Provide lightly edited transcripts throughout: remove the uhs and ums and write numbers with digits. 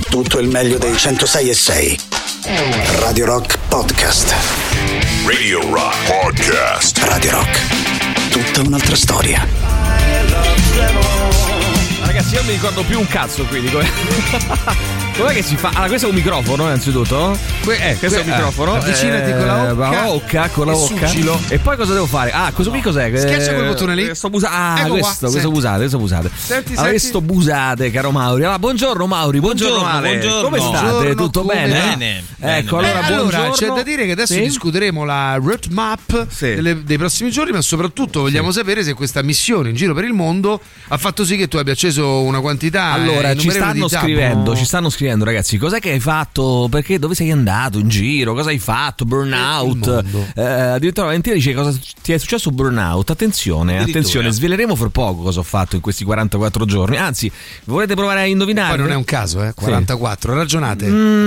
tutto il meglio dei 106.6. Radio Rock Podcast. Radio Rock Podcast. Radio Rock, tutta un'altra storia. Ragazzi, io non mi ricordo più un cazzo qui di com'è che si fa? Allora, questo è un microfono innanzitutto. Questo è un microfono. Avvicinati con la occa. Suggilo. E poi cosa devo fare? Questo qui cos'è? Schiaccia quel bottone lì. Questo busate. Questo busate, caro Mauri. Allora, buongiorno Mauri, buongiorno Ale. Come state? Tutto bene? Ecco, allora c'è da dire che adesso discuteremo la roadmap dei prossimi giorni, ma soprattutto vogliamo sapere se questa missione in giro per il mondo ha fatto sì che tu abbia acceso una quantità. Allora, ci stanno scrivendo, ragazzi, cos'è che hai fatto? Perché dove sei andato in giro? Cosa hai fatto? Burnout. Addirittura Valentina dice cosa ti è successo burnout. Attenzione, sveleremo fra poco cosa ho fatto in questi 44 giorni. Anzi, volete provare a indovinare? Poi non è un caso, 44, ragionate.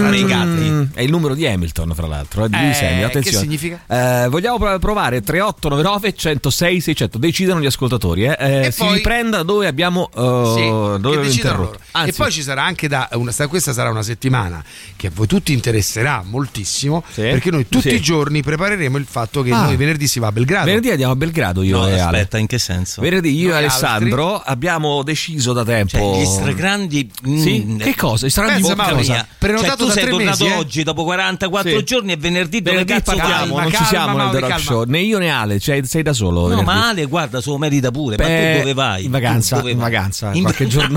È il numero di Hamilton, fra l'altro, di Lewis Hamilton. Attenzione. Che significa? Vogliamo provare 3899 106 600. Decidano gli ascoltatori, si riprenda dove abbiamo dove interrotto. Anzi, e poi ci sarà anche questa sarà una settimana che a voi tutti interesserà moltissimo, perché noi tutti i giorni prepareremo il fatto che noi venerdì si va a Belgrado. Venerdì andiamo a Belgrado io e Ale. Aspetta, in che senso? Venerdì io e Alessandro abbiamo deciso da tempo. Gli stragrandi che cosa? Prenotato tu da sei 3 tornato mesi, oggi dopo 44 giorni e venerdì dove cazzo partiamo? Non ci siamo nel The Rock Show, né io né Ale, sei da solo. No, ma Ale, guarda, se lo merita pure. Ma tu dove vai? In vacanza, qualche giorno.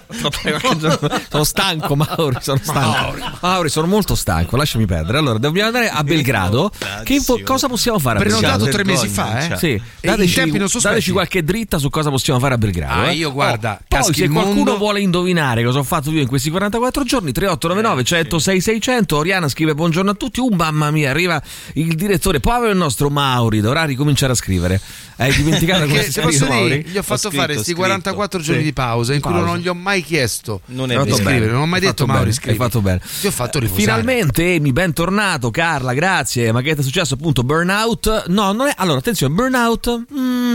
Sono stanco, Mauri, Mauri, sono molto stanco, lasciami perdere. Allora, dobbiamo andare a Belgrado. Cosa possiamo fare a Belgrado? Prenotato 3 mesi fa, Sì. Dateci qualche dritta su cosa possiamo fare a Belgrado. Io guarda, poi se qualcuno vuole indovinare cosa ho fatto io in questi 44 giorni, 3899 106 600. Oriana scrive buongiorno a tutti. Mamma mia, arriva il direttore, povero il nostro Mauri, dovrà ricominciare a scrivere. Hai dimenticato come si scrive, Mauri? Gli ho fatto fare questi 44 giorni di pausa in cui non gli ho mai chiesto di scrivere, non ho mai detto Mauri scrivi. Hai fatto bene. Ti ho fatto riposare. Finalmente Amy, bentornato. Carla, grazie. Ma che è successo? Appunto burnout. No, non è. Allora, attenzione, burnout.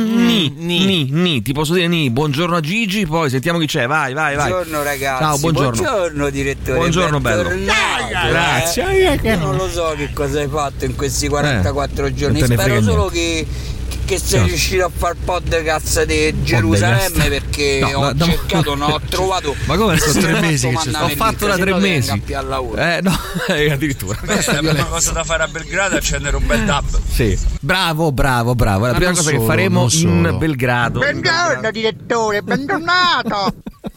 Ti posso dire ni. Buongiorno a Gigi, poi sentiamo chi c'è. Vai. Buongiorno ragazzi. Ciao, buongiorno direttore. Buongiorno bello. Grazie. Io non lo so che cosa hai fatto in questi 44 giorni. Spero solo che sei riuscito a far podcast di Gerusalemme, perché ho cercato, non ho trovato. Ma come sono 3 mesi che c'è? Ho fatto da 3 mesi. No, addirittura. Questa è la prima cosa da fare a Belgrado, accendere un bel dub. Sì. Bravo. È la prima cosa che faremo in Belgrado. Buongiorno direttore, bentornato.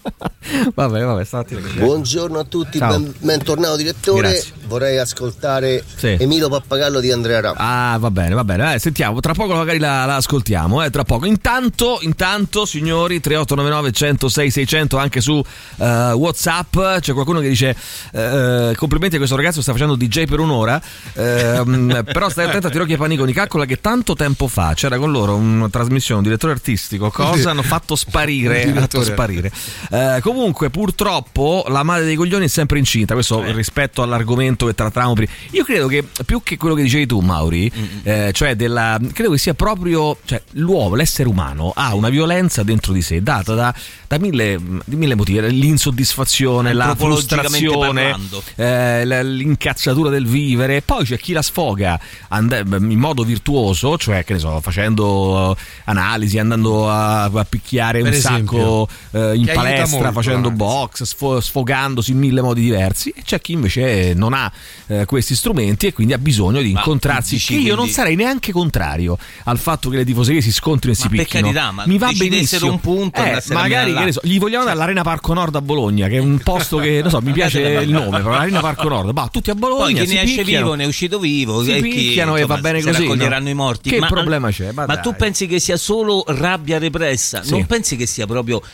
Vabbè, stati. Buongiorno a tutti, bentornato direttore. Grazie. Vorrei ascoltare Emilio Pappagallo di Andrea Rappa. Va bene. Sentiamo, tra poco magari la ascoltiamo, tra poco. Intanto, signori, 3899 106 600 anche su WhatsApp. C'è qualcuno che dice complimenti a questo ragazzo, sta facendo DJ per un'ora. Però stai attento a Tirocchi e Paniconi. Calcola che tanto tempo fa c'era con loro una trasmissione, un direttore artistico. Cosa hanno fatto sparire? Comunque, purtroppo la madre dei coglioni è sempre incinta. Questo rispetto all'argomento che trattavamo prima. Io credo che più che quello che dicevi tu, Mauri, credo che sia proprio, l'uomo, l'essere umano ha una violenza dentro di sé data da mille motivi, l'insoddisfazione, la frustrazione, l'incazzatura del vivere. Poi c'è chi la sfoga in modo virtuoso, cioè che ne so, facendo analisi, andando a picchiare per esempio, sacco in palestra, facendo box, sfogandosi in 1000 modi diversi. E c'è chi invece non ha questi strumenti e quindi ha bisogno di incontrarsi. Che io non sarei neanche contrario al fatto che le tifoserie si scontrino e si picchino. Per carità, mi va benissimo un punto, magari che ne so, gli vogliamo dare all'Arena Parco Nord a Bologna, che è un posto che non so, mi piace il nome, però l'Arena Parco Nord, tutti a Bologna. Poi chi ne esce vivo ne è uscito vivo, si picchiano e va bene così, raccoglieranno i morti. Che problema c'è? Ma tu pensi che sia solo rabbia repressa? Non pensi che sia proprio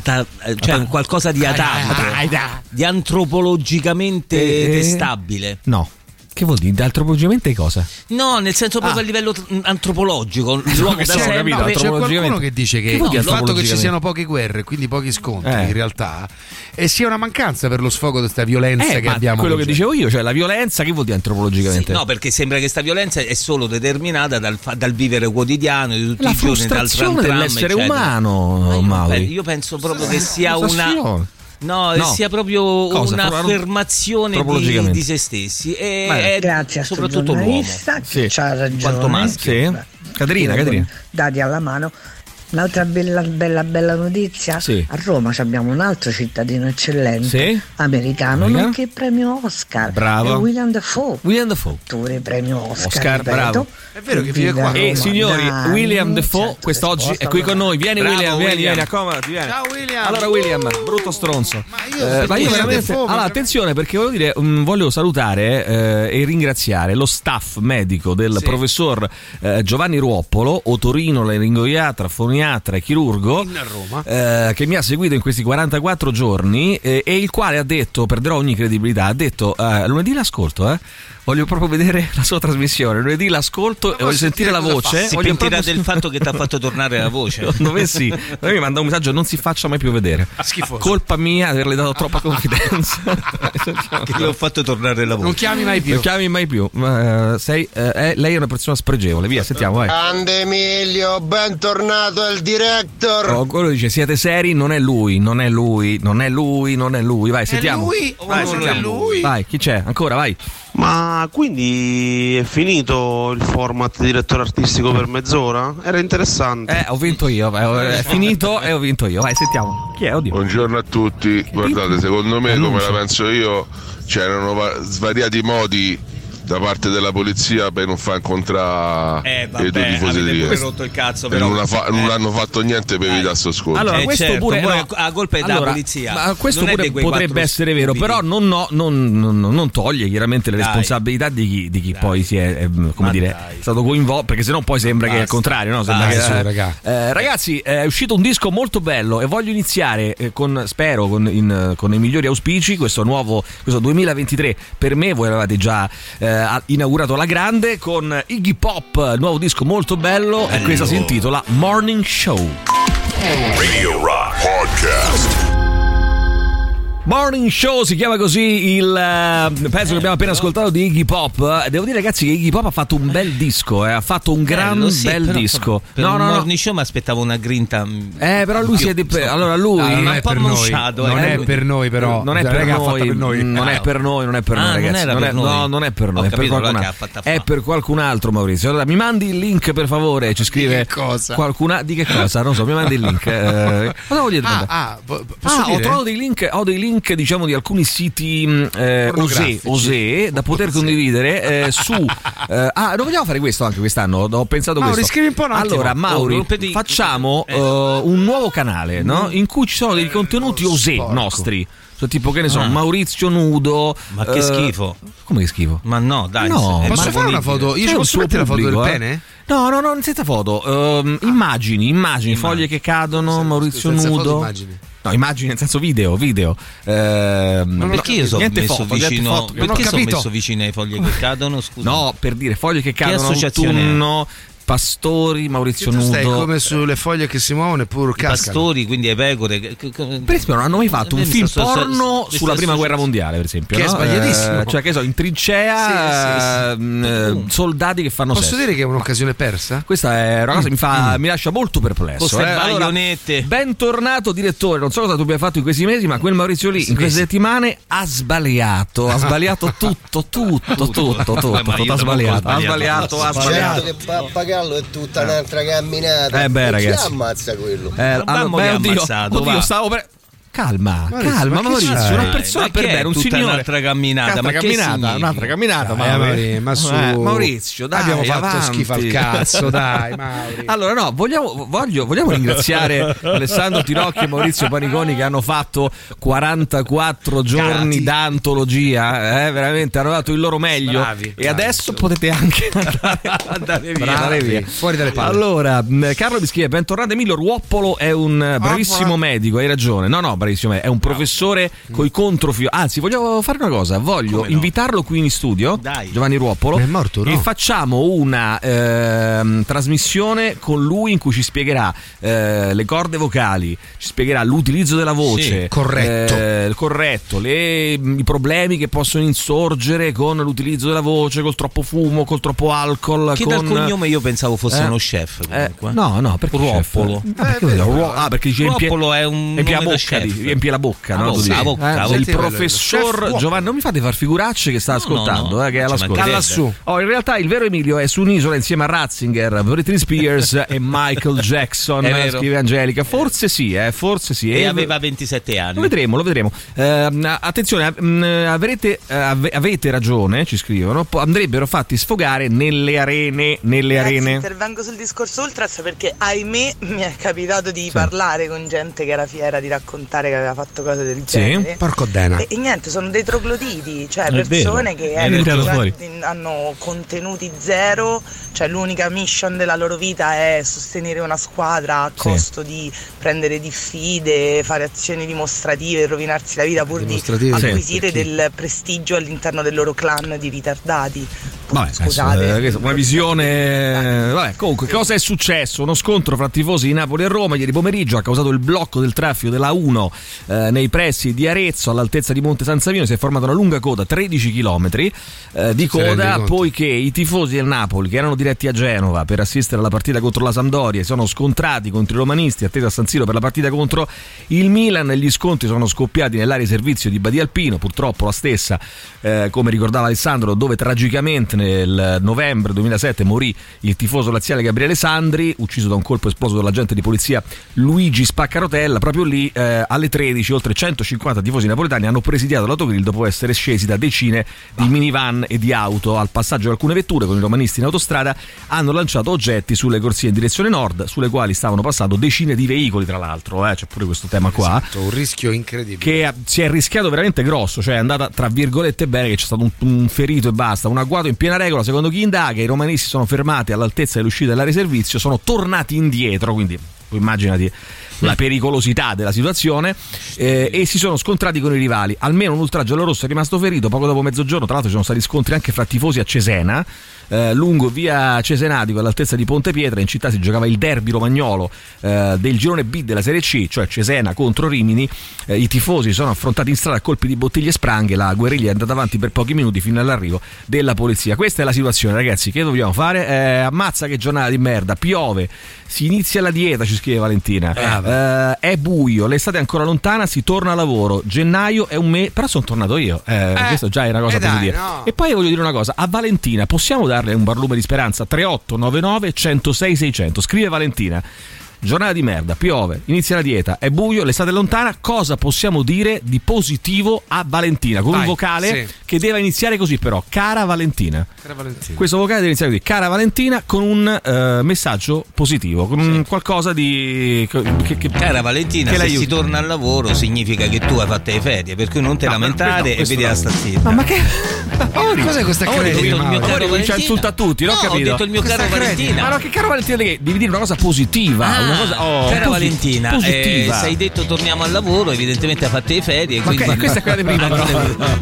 qualcosa di atavico, di antropologicamente testabile? No. Che vuol dire? Antropologicamente cosa? No, nel senso proprio a livello antropologico. L'uomo c'è qualcuno che dice che il fatto che ci siano poche guerre, quindi pochi scontri, in realtà sia una mancanza per lo sfogo di questa violenza che abbiamo. Quello che dicevo io, cioè la violenza, che vuol dire antropologicamente? No, perché sembra che questa violenza è solo determinata dal vivere quotidiano di tutti i giorni, dal tram dell'essere umano, Mauri. Io penso proprio che sia una sia proprio un'affermazione di se stessi e grazie soprattutto l'uomo che c'ha ragione, quanto maschio. Caterina. Dati alla mano. Un'altra bella notizia, a Roma abbiamo un altro cittadino eccellente americano, nonché premio Oscar. Bravo. William Dafoe. Attore premio Oscar, bravo. È vero che viene qua. E signori, William Dafoe quest'oggi è qui con noi. Vieni William, vieni, accomodati, vieni. Ciao William. Allora William, brutto stronzo. Ma io veramente. Allora, attenzione, perché voglio salutare e ringraziare lo staff medico del professor Giovanni Ruoppolo, otorinolaringoiatra, foniatra e chirurgo in Roma, che mi ha seguito in questi 44 giorni e il quale ha detto, perderò ogni credibilità, ha detto lunedì l'ascolto, voglio proprio vedere la sua trasmissione, lunedì l'ascolto e voglio sentire la voce. Si pentirà del fatto che ti ha fatto tornare la voce. Secondo me sì. Mi manda un messaggio: non si faccia mai più vedere. Schifoso. Colpa mia averle dato troppa confidenza. Che le ho fatto tornare la voce. Non chiami mai più. Lei è una persona spregevole. Via, sentiamo, vai. Grande Emilio, bentornato al director. Quello dice: siete seri? Non è lui. Vai, sentiamo. È lui? Vai, chi c'è? Ancora, vai. Ma quindi è finito il format direttore artistico per mezz'ora? Era interessante. Ho vinto io, è finito e ho vinto io. Vai, sentiamo. Chi è? Oddio. Buongiorno a tutti. Guardate, secondo me, come la penso io, c'erano svariati modi da parte della polizia per non far incontrare i due tifosi di River. Rotto il cazzo, però non hanno fatto niente per evitare sto scontro. Allora, questo pure la colpa è della polizia. Ma questo pure potrebbe essere vero, però non toglie chiaramente le responsabilità di chi poi si è stato coinvolto, perché sennò poi sembra che è il contrario, no? Ragazzi, è uscito un disco molto bello e voglio iniziare con i migliori auspici questo 2023 per me. Voi l'avete già inaugurato alla grande con Iggy Pop, nuovo disco molto bello e questa si intitola Morning Show. Radio Rock Podcast. Morning Show si chiama così il pezzo che abbiamo appena ascoltato di Iggy Pop. Devo dire, ragazzi, che Iggy Pop ha fatto un bel disco, ha fatto un bel disco. Per un Morning Show mi aspettavo una grinta. Però lui allora lui non è per noi. Non è per noi, però. Non è per noi. Non è per noi, ragazzi. Non è per noi, è per qualcun altro, Maurizio. Allora mi mandi il link, per favore, ci scrive qualcuna di che cosa? Non so, mi mandi il link. Cosa vuol dire? Ho trovato dei link, diciamo, di alcuni siti osè da poter condividere su non vogliamo fare questo anche quest'anno? Ho pensato Mauri, scrivi un po'. Allora Mauri, facciamo un nuovo canale, no? In cui ci sono dei contenuti osè nostri, tipo, che ne so, Maurizio nudo. Ma che schifo. Come che schifo? Ma no, dai, posso fare una foto? Io ci posso mettere la foto del pene? No, senza foto. Immagini, foglie che cadono, Maurizio nudo. No, immagini nel senso video. Perché io sono messo vicino? Perché sono messo vicino ai foglie che cadono? Scusa. No, per dire foglie che cadono autunno, pastori, Maurizio nudo. Stai come sulle foglie che si muovono e pure cascano. Pastori, quindi ai pecore. Per esempio, non hanno mai fatto un film porno sulla prima guerra mondiale, per esempio. Che è sbagliatissimo. Cioè, che so, in trincea, soldati che fanno sesso. Posso dire che è un'occasione persa? Questa è una cosa che mi lascia molto perplesso. Baionette. Allora, bentornato direttore. Non so cosa tu abbia fatto in questi mesi, ma quel Maurizio lì in queste settimane ha sbagliato tutto. Ha sbagliato. Certo che pappagallo è tutta un'altra camminata. Ragazzi, si ammazza quello. Oddio, stavo per... Calma, Maurizio, una persona per bene, un signore. Un'altra camminata, un'altra camminata, ma su Maurizio, dai, abbiamo fatto schifo al cazzo, dai, Mauri. Allora, no, vogliamo ringraziare Alessandro Tirocchi e Maurizio Paniconi che hanno fatto 44 giorni d'antologia, veramente hanno dato il loro meglio. Bravi, adesso potete anche andare via. Fuori dalle palle. Allora, Carlo mi scrive: bentornato Emilio, Ruoppolo è un bravissimo medico, hai ragione. No, bravissimo, è un professore coi controfio. Anzi, voglio fare una cosa, voglio invitarlo qui in studio, Giovanni Ruoppolo, è morto, no? E facciamo una trasmissione con lui in cui ci spiegherà le corde vocali, ci spiegherà l'utilizzo della voce, corretto, i problemi che possono insorgere con l'utilizzo della voce, col troppo fumo, col troppo alcol. Che dal cognome io pensavo fosse uno chef comunque. No, perché Ruoppolo. Perché dice Ruoppolo è un nome da chef. riempie la bocca, no? La bocca. Il professor Giovanni, non mi fate far figuracce che sta ascoltando, che è all'ascolto. Lassù. In realtà il vero Emilio è su un'isola insieme a Ratzinger, Britney Spears e Michael Jackson, scrive Angelica. Forse sì. E aveva 27 anni. Lo vedremo. Attenzione, avete ragione, ci scrivono, andrebbero fatti sfogare nelle arene. Intervengo sul discorso Ultras perché ahimè mi è capitato di parlare con gente che era fiera di raccontare che aveva fatto cose del genere. Porco dena. E niente, sono dei trogloditi, cioè persone che hanno contenuti zero, cioè l'unica mission della loro vita è sostenere una squadra a costo di prendere diffide, fare azioni dimostrative, rovinarsi la vita pur di acquisire del prestigio all'interno del loro clan di ritardati. Scusate, una visione. Comunque, cosa è successo? Uno scontro fra tifosi di Napoli e Roma ieri pomeriggio ha causato il blocco del traffico della A1 nei pressi di Arezzo, all'altezza di Monte San Savino. Si è formata una lunga coda, 13 km di coda, poiché i tifosi del Napoli, che erano diretti a Genova per assistere alla partita contro la Sampdoria, si sono scontrati contro i romanisti attesi a San Siro per la partita contro il Milan. Gli scontri sono scoppiati nell'area di servizio di Badia Alpino, purtroppo la stessa, come ricordava Alessandro, dove tragicamente nel novembre 2007 morì il tifoso laziale Gabriele Sandri, ucciso da un colpo esploso dall'agente di polizia Luigi Spaccarotella. Proprio lì alle 13 oltre 150 tifosi napoletani hanno presidiato l'autogrill dopo essere scesi da decine di minivan e di auto. Al passaggio di alcune vetture con i romanisti in autostrada hanno lanciato oggetti sulle corsie in direzione nord, sulle quali stavano passando decine di veicoli, tra l'altro c'è pure questo tema qua. Esatto, un rischio incredibile che si è rischiato veramente grosso, cioè è andata tra virgolette bene, che c'è stato un ferito e basta, un agguato in piena regola. Secondo chi indaga, i romanisti sono fermati all'altezza dell'uscita dell'area di servizio, sono tornati indietro, quindi immaginati la pericolosità della situazione, e si sono scontrati con i rivali. Almeno un ultragiallorosso è rimasto ferito. Poco dopo mezzogiorno, tra l'altro, ci sono stati scontri anche fra tifosi a Cesena, lungo via Cesenatico all'altezza di Ponte Pietra. In città si giocava il derby romagnolo del girone B della Serie C, cioè Cesena contro Rimini. I tifosi sono affrontati in strada a colpi di bottiglie e spranghe. La guerriglia è andata avanti per pochi minuti fino all'arrivo della polizia. Questa è la situazione, ragazzi. Che dobbiamo fare? Ammazza che giornata di merda, piove, si inizia la dieta, ci scrive Valentina. È buio, l'estate è ancora lontana, si torna a lavoro, gennaio è un mese, però sono tornato io, questo già è una cosa positiva. No. E poi voglio dire una cosa, a Valentina possiamo darle un barlume di speranza? 3899 106 600, scrive Valentina. Giornata di merda, piove, inizia la dieta, è buio, l'estate è lontana. Cosa possiamo dire di positivo a Valentina? Con un vocale che deve iniziare così, però. Cara Valentina. Questo vocale deve iniziare così. Cara Valentina, con un messaggio positivo, con un qualcosa di. Cara Valentina, se si torna al lavoro significa che tu hai fatto le ferie, per cui non te lamentare e vedi la stazietta. Ma che. Cos'è questa cretina? Ci insulta a tutti, non ho capito. Ho detto il mio caro Valentina. Ma no, che caro Valentina, devi dire una cosa positiva. Cara Valentina, se hai detto torniamo al lavoro, evidentemente hai fatto le ferie. Ma questa è quella di prima, però.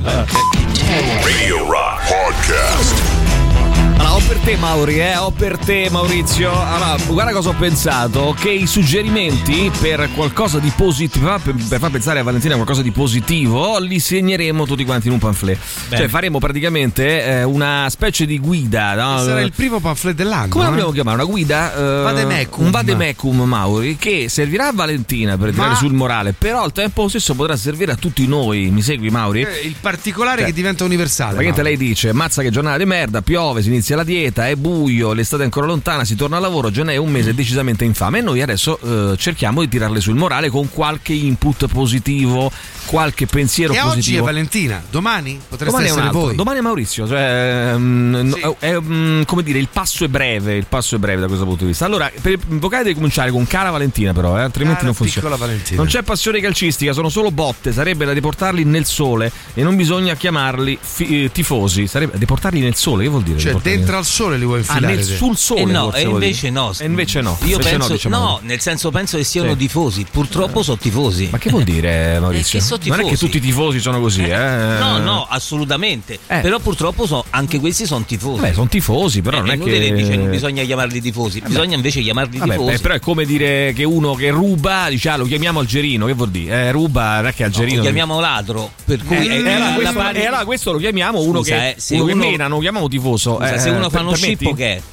Radio Rock Podcast. Allora, ho per te Mauri, ho per te Maurizio. Allora, guarda cosa ho pensato, che i suggerimenti per qualcosa di positivo, per far pensare a Valentina qualcosa di positivo, li segneremo tutti quanti in un pamphlet. Cioè faremo praticamente una specie di guida, no? Sarà il primo pamphlet dell'anno. Come la vogliamo chiamare? Una guida? Vademecum. Un vademecum, Mauri, che servirà a Valentina per tirare sul morale, però al tempo stesso potrà servire a tutti noi. Mi segui, Mauri? Il particolare che diventa universale. Praticamente lei dice: mazza che giornata di merda, piove, si inizia la dieta, è buio, l'estate è ancora lontana, si torna al lavoro, gennaio è un mese decisamente infame. E noi adesso cerchiamo di tirarle sul morale con qualche input positivo, qualche pensiero positivo. Oggi è Valentina, domani potreste essere voi. Domani è Maurizio, cioè è come dire, il passo è breve da questo punto di vista. Allora, per il vocale devi cominciare con cara Valentina, però altrimenti non funziona. Non c'è passione calcistica, sono solo botte, sarebbe da deportarli nel sole e non bisogna chiamarli tifosi, sarebbe deportarli nel sole. Che vuol dire? Cioè dentro al sole li vuoi infilare? Sul sole. E invece no. Io penso nel senso penso che siano tifosi. Purtroppo sono tifosi. Ma che vuol dire, Maurizio? Non è che tutti i tifosi sono così, No, assolutamente. Però purtroppo anche questi sono tifosi. Beh, sono tifosi, però non è che dice non bisogna chiamarli tifosi, bisogna invece chiamarli tifosi. Però è come dire che uno che ruba, dice lo chiamiamo algerino, che vuol dire? Ruba, non è che algerino. Lo chiamiamo ladro, per cui allora questo lo chiamiamo uno che mena, non lo chiamiamo tifoso. Se uno fa uno scippo che è?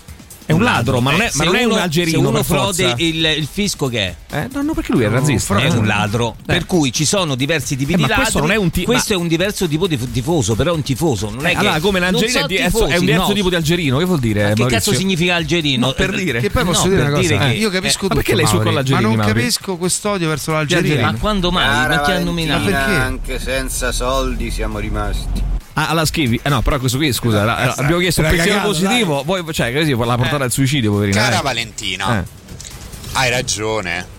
È un ladro, ma non è un algerino. Se uno frode il fisco, che è? No, perché lui è razzista. È un ladro. Per cui ci sono diversi tipi di ladri. Questo non è un questo è un diverso tipo di tifoso, però è un tifoso. Non è allora, come l'algerino è un diverso tipo di algerino. Che vuol dire? Che cazzo significa algerino? Per dire. Che poi posso dire una cosa. Io capisco tutto. Perché lei su con l'algerino? Ma non capisco quest'odio verso l'algerino. Ma quando mai? Ma chi ha nominato? Ma perché? Anche senza soldi siamo rimasti. La scrivi? No, però questo qui, scusa, abbiamo chiesto un pensiero positivo, voi, cioè, così la portata al suicidio, poverina. Cara Valentina, hai ragione.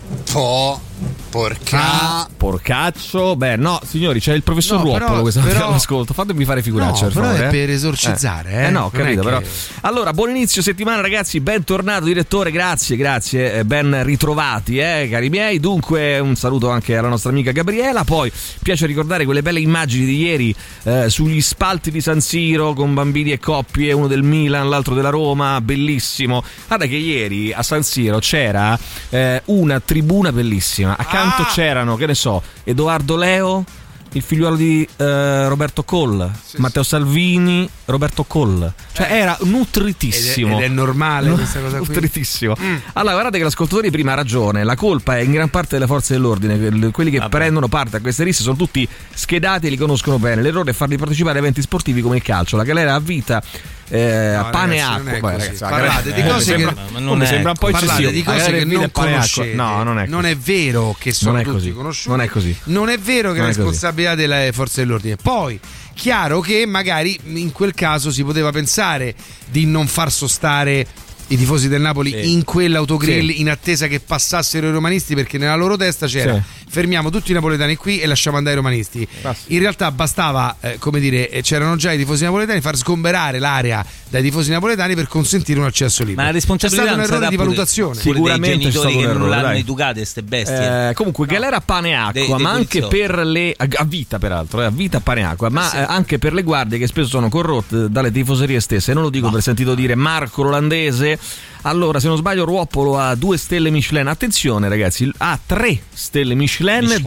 Porcaccio. Beh, no, signori, c'è il professor Ruoppolo questa mattina all'ascolto. Fatemi fare figuraccia, per favore. È per esorcizzare, no, capito, però. Allora, buon inizio settimana, ragazzi. Bentornato, direttore. Grazie. Ben ritrovati, cari miei. Dunque, un saluto anche alla nostra amica Gabriela. Poi piace ricordare quelle belle immagini di ieri sugli spalti di San Siro con bambini e coppie, uno del Milan, l'altro della Roma. Bellissimo. Guarda che ieri a San Siro c'era una tribuna bellissima. Accanto c'erano, che ne so, Edoardo Leo, il figliuolo di Roberto Coll, Matteo Salvini, Roberto Coll. Cioè era nutritissimo. Ed è normale questa cosa qui. Nutritissimo. Allora, guardate che l'ascoltatore prima ha ragione. La colpa è in gran parte delle forze dell'ordine. Quelli che prendono parte a queste risse sono tutti schedati e li conoscono bene. L'errore è farli partecipare a eventi sportivi come il calcio. La galera a vita, a pane e acqua. Parlate di cose che mi sembra un po' eccessivo. Parlate di cose che non conoscete. No, non è così. Non è vero che sono tutti conosciuti. Non è così. Non è vero che è responsabilità delle forze dell'ordine. Poi chiaro che magari in quel caso si poteva pensare di non far sostare i tifosi del Napoli in quell'autogrill in attesa che passassero i romanisti, perché nella loro testa c'era fermiamo tutti i napoletani qui e lasciamo andare i romanisti. In realtà bastava, come dire, c'erano già i tifosi napoletani, far sgomberare l'area dai tifosi napoletani per consentire un accesso libero. Ma la responsabilità è stato un errore di valutazione. Sicuramente c'è stato un errore, che non l'hanno educate ste bestie. Comunque galera pane e acqua, ma anche per le a vita, peraltro, a vita pane e acqua, ma anche per le guardie che spesso sono corrotte dalle tifoserie stesse. Non lo dico per sentito dire Marco l'olandese. Allora, se non sbaglio, Ruoppolo ha 2 stelle Michelin. Attenzione, ragazzi, ha 3 stelle Michelin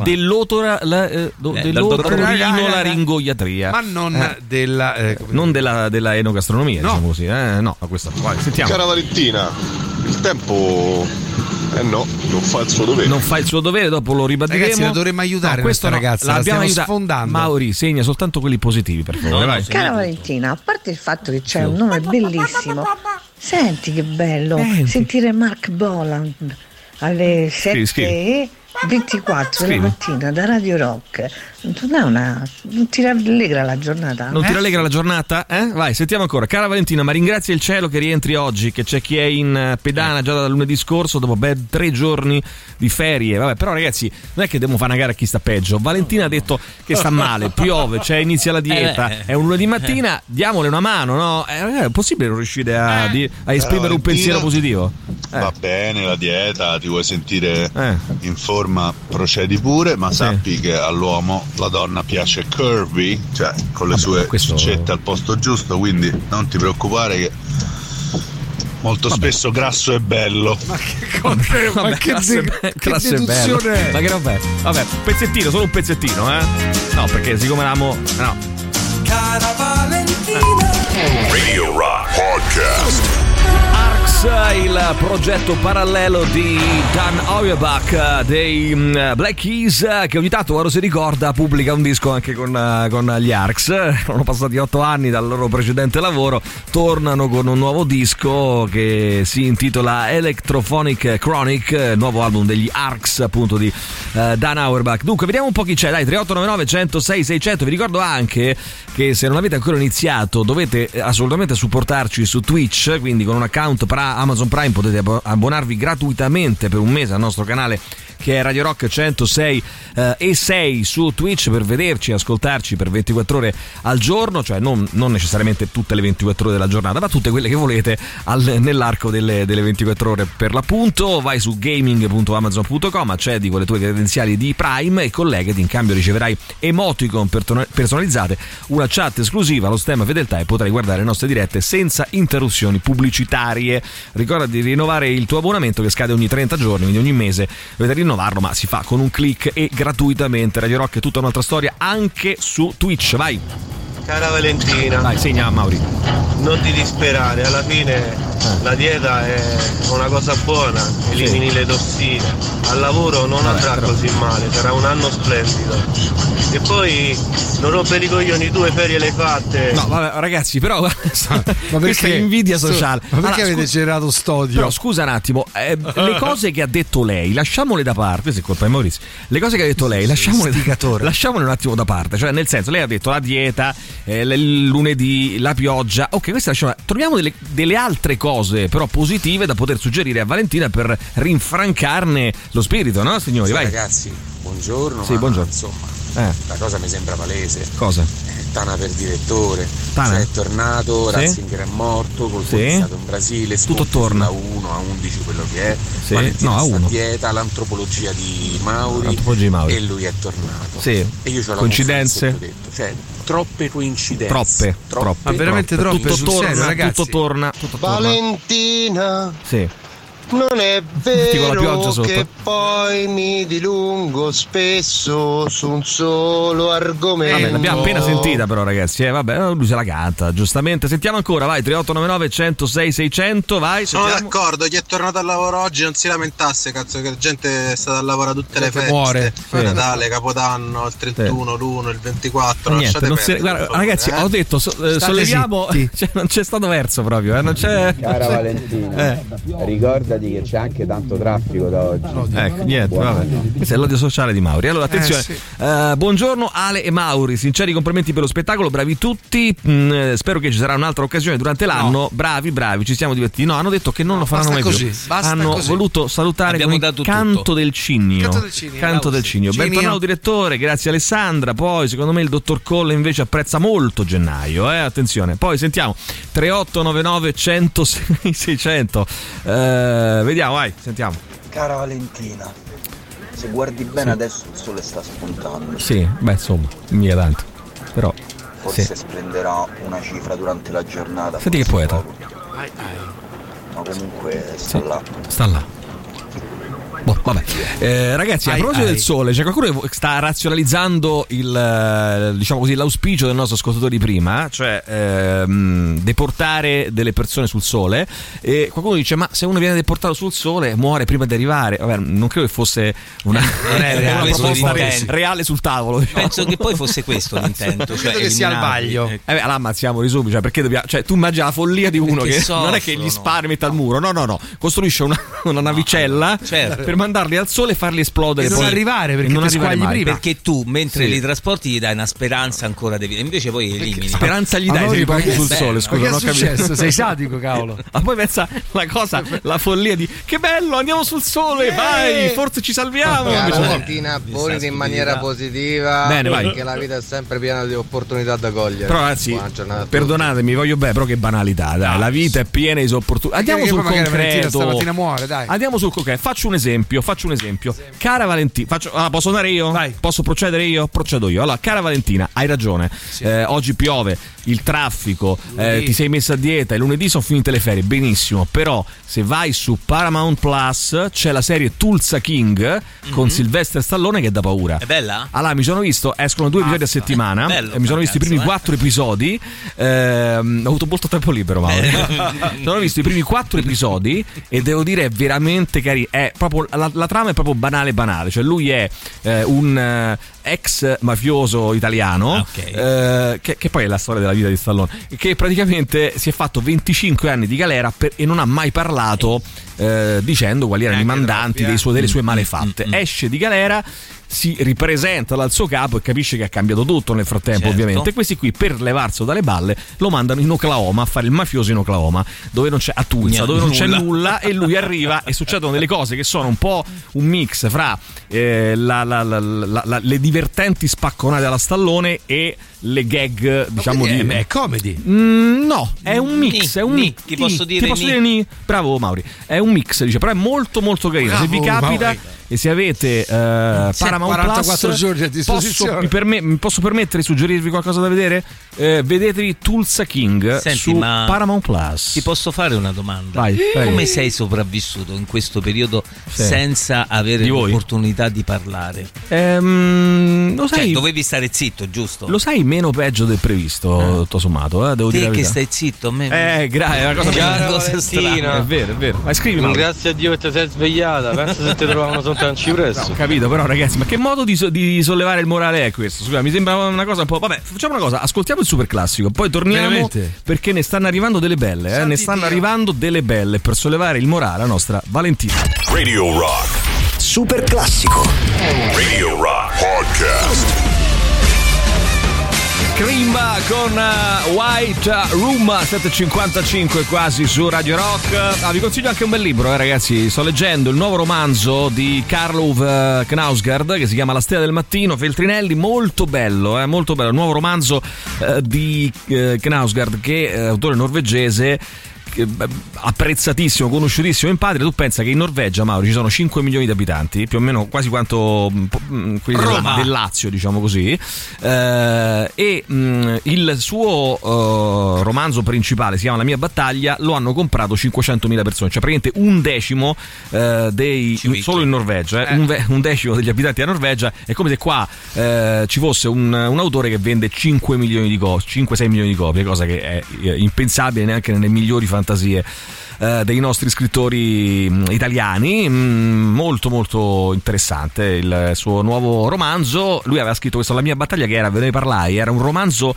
dell'otorinolaringoiatria. Ma non della enogastronomia, diciamo così. No, a questa. Vai, sentiamo. Cara Valentina, il tempo non fa il suo dovere. Non fa il suo dovere, dopo lo ribadiremo. Ragazzi, la dovremmo aiutare questa ragazza. L'abbiamo aiutata sfondando. Mauri, segna soltanto quelli positivi, per favore. Vai. Cara Valentina, a parte il fatto che c'è un nome bellissimo, senti che bello sentire Mark Boland alle 7:24 della mattina da Radio Rock. Non ti rallegra la giornata? Non ti rallegra la giornata? Vai, sentiamo ancora. Cara Valentina, ma ringrazia il cielo che rientri oggi, che c'è chi è in pedana già dal lunedì scorso dopo ben 3 giorni di ferie. Vabbè, però ragazzi, non è che dobbiamo fare una gara a chi sta peggio. Valentina ha detto che sta male, piove, inizia la dieta, è un lunedì mattina, diamole una mano, no? È possibile non riuscire a esprimere un pensiero positivo? Va bene la dieta, ti vuoi sentire in forma, procedi pure, ma sappi che all'uomo la donna piace curvy, cioè con le sue cicette al posto giusto, quindi non ti preoccupare che molto spesso grasso è bello. Ma che cosa? Ma che deduzione è? Ma che roba è? Vabbè, pezzettino, solo un pezzettino, No, perché siccome eravamo Cara Valentina Radio Rock Podcast. Il progetto parallelo di Dan Auerbach dei Black Keys, che ogni tanto, quando si ricorda, pubblica un disco anche con gli Arcs. Sono passati 8 anni dal loro precedente lavoro, tornano con un nuovo disco che si intitola Electrophonic Chronic, nuovo album degli Arcs, appunto, di Dan Auerbach. Dunque, vediamo un po' chi c'è. Dai, 3899 106 600. Vi ricordo anche che se non avete ancora iniziato dovete assolutamente supportarci su Twitch, quindi con un account Amazon Prime potete abbonarvi gratuitamente per un mese al nostro canale, che è Radio Rock 106 e 6 su Twitch, per vederci e ascoltarci per 24 ore al giorno, cioè non necessariamente tutte le 24 ore della giornata, ma tutte quelle che volete nell'arco delle 24 ore per l'appunto. Vai su gaming.amazon.com, accedi con le tue credenziali di Prime e collegati, in cambio riceverai emoticon personalizzate, una chat esclusiva, lo stemma fedeltà, e potrai guardare le nostre dirette senza interruzioni pubblicitarie. Ricorda di rinnovare il tuo abbonamento, che scade ogni 30 giorni, quindi ogni mese dovete rinnovarlo, ma si fa con un click e gratuitamente. Radio Rock è tutta un'altra storia anche su Twitch. Vai. Cara Valentina, dai, segna Mauri. Non ti disperare, alla fine La dieta è una cosa buona, elimini le tossine. Al lavoro non andrà così male, sarà un anno splendido. E poi non rompere i coglioni, 2 ferie le hai fatte. No, vabbè, ragazzi, però questa è invidia sociale. Ma perché avete generato st'odio? Però scusa un attimo, le cose che ha detto lei, lasciamole da parte. Questa è colpa di Maurizio. Le cose che ha detto lei, lasciamole un attimo da parte. Cioè, nel senso, lei ha detto la dieta, il lunedì, la pioggia. Ok, questa lasciamo. Troviamo delle altre cose, però positive, da poter suggerire a Valentina per rinfrancarne lo spirito, no, signori? Sì, vai. Ragazzi, buongiorno. Sì, buongiorno. Insomma, la cosa mi sembra palese. Cosa? Tana per direttore. Tana. Cioè è tornato, Ratzinger è morto, Colpo è stato in Brasile, tutto torna. Da 1 a 11, quello che è. Sì. Valentina a 1. dieta, l'antropologia di Mauri. E lui è tornato. Sì. E io c'ho coincidenze. Cioè, troppe coincidenze. Troppe. Ma veramente troppe. Tutto torna, ragazzi. Tutto torna. Valentina. Sì. Non è vero che poi mi dilungo spesso su un solo argomento. Vabbè, l'abbiamo appena sentita però, ragazzi. Vabbè, lui se la canta, giustamente. Sentiamo ancora, vai, 3899 106 600, vai. Sono d'accordo, chi è tornato al lavoro oggi non si lamentasse, cazzo, che la gente è stata a lavorare tutte le feste. Muore. Natale, Capodanno, il 31, l'1, il 24. Niente, guarda, ragazzi, ho detto, solleviamo, cioè, non c'è stato verso proprio, non c'è. Cara Valentina, ricordati che c'è anche tanto traffico da oggi. Ecco, niente, vabbè. Questo è l'odio sociale di Mauri. Allora, attenzione. Buongiorno Ale e Mauri, sinceri complimenti per lo spettacolo, bravi tutti. Spero che ci sarà un'altra occasione durante l'anno. Bravi, ci siamo divertiti. No, hanno detto che non lo faranno mai più. Hanno voluto salutare con il canto del cigno. Canto del cigno. Bentornato direttore, grazie Alessandra. Poi, secondo me, il dottor Colle invece apprezza molto gennaio. Attenzione. Poi sentiamo 3899 106 600. Vediamo, vai, sentiamo. Cara Valentina, se guardi bene adesso il sole sta spuntando. Sì, beh, insomma, mica tanto. Però forse splenderà una cifra durante la giornata. Senti che poeta. Ma comunque sta là. Sta là. Boh, vabbè. Ragazzi, a proposito del sole, c'è qualcuno che sta razionalizzando il, diciamo così, l'auspicio del nostro ascoltatore di prima, cioè deportare delle persone sul sole, e qualcuno dice: ma se uno viene deportato sul sole muore prima di arrivare. Vabbè, non credo che fosse una proposta reale sul tavolo. Penso che poi fosse questo l'intento, cioè che sia al vaglio. Allora ammazziamo di subito, cioè, perché dobbiamo, cioè, tu immagina la follia di uno che non è che gli spari mette al muro, no, costruisce una navicella, certo, per mandarli al sole e farli esplodere, e non arrivare, perché non arrivare mai prima. Perché tu mentre li trasporti gli dai una speranza ancora di vita, invece poi elimini. Speranza gli dai se li porti sul sole, scusa, non ho capito. Sei sadico, cavolo. Ma poi pensa la cosa, la follia di che bello, andiamo sul sole, vai, forse ci salviamo. Valentina, poniti in maniera positiva. Bene, vai. Perché la vita è sempre piena di opportunità da cogliere. Però ragazzi, perdonatemi, voglio bene, però che banalità, dai, la vita è piena di opportunità. Andiamo sul concreto. Stamattina muore, dai. Andiamo sul concreto. Faccio un esempio. Cara Valentina, posso andare io? Vai. Posso procedere io? Procedo io. Allora, cara Valentina, hai ragione. Sì. Oggi piove, il traffico, ti sei messa a dieta, e lunedì sono finite le ferie, benissimo. Però se vai su Paramount Plus c'è la serie Tulsa King con Sylvester Stallone, che è da paura. È bella? Allora, mi sono visto, escono 2 episodi a settimana. Bello, mi sono visto i primi 4 episodi. Ho avuto molto tempo libero, Mauro. Sono visto i primi 4 episodi e devo dire è veramente carino. È proprio la trama è proprio banale. Cioè lui è un ex mafioso italiano, che poi è la storia della vita di Stallone, che praticamente si è fatto 25 anni di galera e non ha mai parlato dicendo quali erano i mandanti delle sue malefatte. Esce di galera, si ripresenta dal suo capo e capisce che ha cambiato tutto nel frattempo, ovviamente. E questi qui, per levarselo dalle balle, lo mandano in Oklahoma a fare il mafioso in Oklahoma, dove non c'è, a Tulsa, dove non c'è nulla, e lui arriva e succedono delle cose che sono un po' un mix fra le divertenti spacconate alla Stallone e le gag, diciamo, è comedy. No, è un mix, Ti posso dire bravo Mauri, è un mix, dice, però è molto molto carino. Bravo, se vi capita, Mauri. E se avete Paramount 44 Plus, giorni a disposizione, mi posso permettere di suggerirvi qualcosa da vedere? Vedetevi Tulsa King. Senti, su Paramount Plus. Ti posso fare una domanda? Vai. Come sei sopravvissuto in questo periodo senza avere l'opportunità di parlare? Lo sai, dovevi stare zitto, giusto? Lo sai, meno peggio del previsto, tutto sommato, devo dire la verità. Che stai zitto, a me. È una cosa strana. È vero. Ma scrivi. Grazie a Dio che ti sei svegliata. Pensa se ti trovavano sotto un cipresso. No, capito, però ragazzi, ma che modo di sollevare il morale è questo? Scusa, mi sembra una cosa un po'. Vabbè, facciamo una cosa, ascoltiamo il super classico, poi torniamo. Veramente? Perché ne stanno arrivando delle belle, ne stanno arrivando delle belle per sollevare il morale a nostra Valentina. Radio Rock super classico. Radio Rock Podcast. Cream con White Room 7:55 quasi su Radio Rock. Vi consiglio anche un bel libro, ragazzi. Sto leggendo il nuovo romanzo di Karl-Ove Knausgaard che si chiama La stella del mattino, Feltrinelli, molto bello, molto bello. Il nuovo romanzo di Knausgaard, che è autore norvegese, apprezzatissimo, conosciutissimo in patria. Tu pensa che in Norvegia, Mauro, ci sono 5 milioni di abitanti, più o meno quasi quanto quelli del Lazio, diciamo così, e il suo romanzo principale si chiama La mia battaglia, lo hanno comprato 500.000 persone, cioè praticamente un decimo solo in Norvegia, un decimo degli abitanti della Norvegia. È come se qua ci fosse un autore che vende 5-6 milioni di copie, cosa che è impensabile neanche nelle migliori fantasie dei nostri scrittori italiani. Molto molto interessante il suo nuovo romanzo. Lui aveva scritto questo La mia battaglia, che ve ne parlai, era un romanzo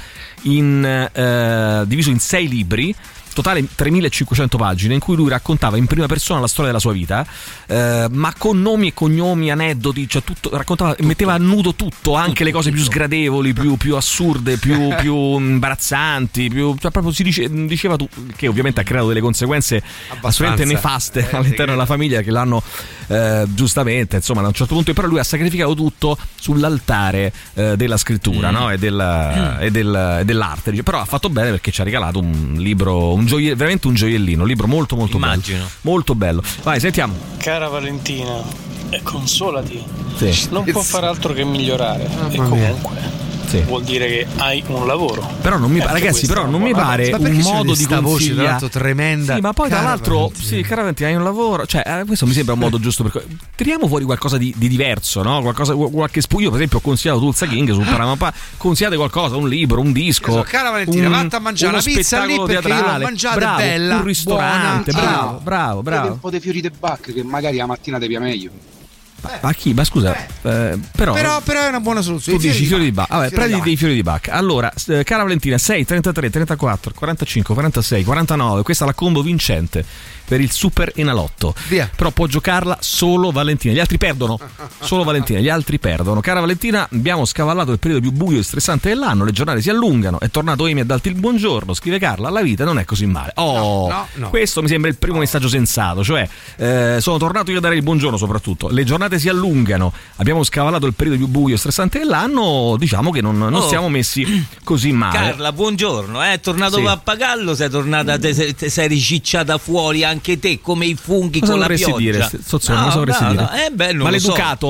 diviso in 6 libri, totale 3.500 pagine, in cui lui raccontava in prima persona la storia della sua vita, ma con nomi e cognomi, aneddoti, cioè tutto, raccontava, metteva a nudo tutto, anche le cose più sgradevoli, più assurde, più imbarazzanti, cioè proprio diceva che ovviamente ha creato delle conseguenze assolutamente nefaste all'interno della famiglia, che l'hanno giustamente, insomma, da un certo punto, però lui ha sacrificato tutto sull'altare della scrittura, no? e dell'arte, però ha fatto bene, perché ci ha regalato un libro, veramente un gioiellino, un libro molto molto bello, molto bello. Vai, sentiamo. Cara Valentina, consolati, sì. Non può fare altro che migliorare, e comunque vuol dire che hai un lavoro. Però non mi ragazzi, però non mi pare un modo di voce tra l'altro tremenda. Sì, ma poi tra l'altro, cara Valentina, hai un lavoro, cioè questo mi sembra un modo giusto per tiriamo fuori qualcosa di diverso, no? Qualche io per esempio ho consigliato Tulsa King su Paramapà, consigliate qualcosa, un libro, un disco. Cara Valentina, vatti a mangiare la pizza lì, perché io l'ho mangiata, bella, un ristorante, buona. bravo. Un po' di fiori de Bach, che magari la mattina ti pia meglio. Ma chi? Ma scusa, però è una buona soluzione. Tu dici fiori di Bach. Vabbè, prendi dei fiori di Bach. Allora, cara Valentina, 6, 33, 34, 45, 46, 49. Questa è la combo vincente per il super enalotto. Via. Però può giocarla solo Valentina. Gli altri perdono. Solo Valentina, gli altri perdono. Cara Valentina, abbiamo scavallato il periodo più buio e stressante dell'anno. Le giornate si allungano. È tornato Emi a darti il buongiorno. Scrive Carla, la vita non è così male. No. Questo mi sembra il primo messaggio sensato. Cioè, sono tornato io a dare il buongiorno, soprattutto. Le giornate si allungano. Abbiamo scavallato il periodo più buio e stressante dell'anno. Diciamo che non siamo messi così male. Carla, buongiorno. È tornato Pappagallo. Sei tornata, sei ricicciata fuori anche te, come i funghi con la pioggia. Cosa vorresti dire? Maleducato.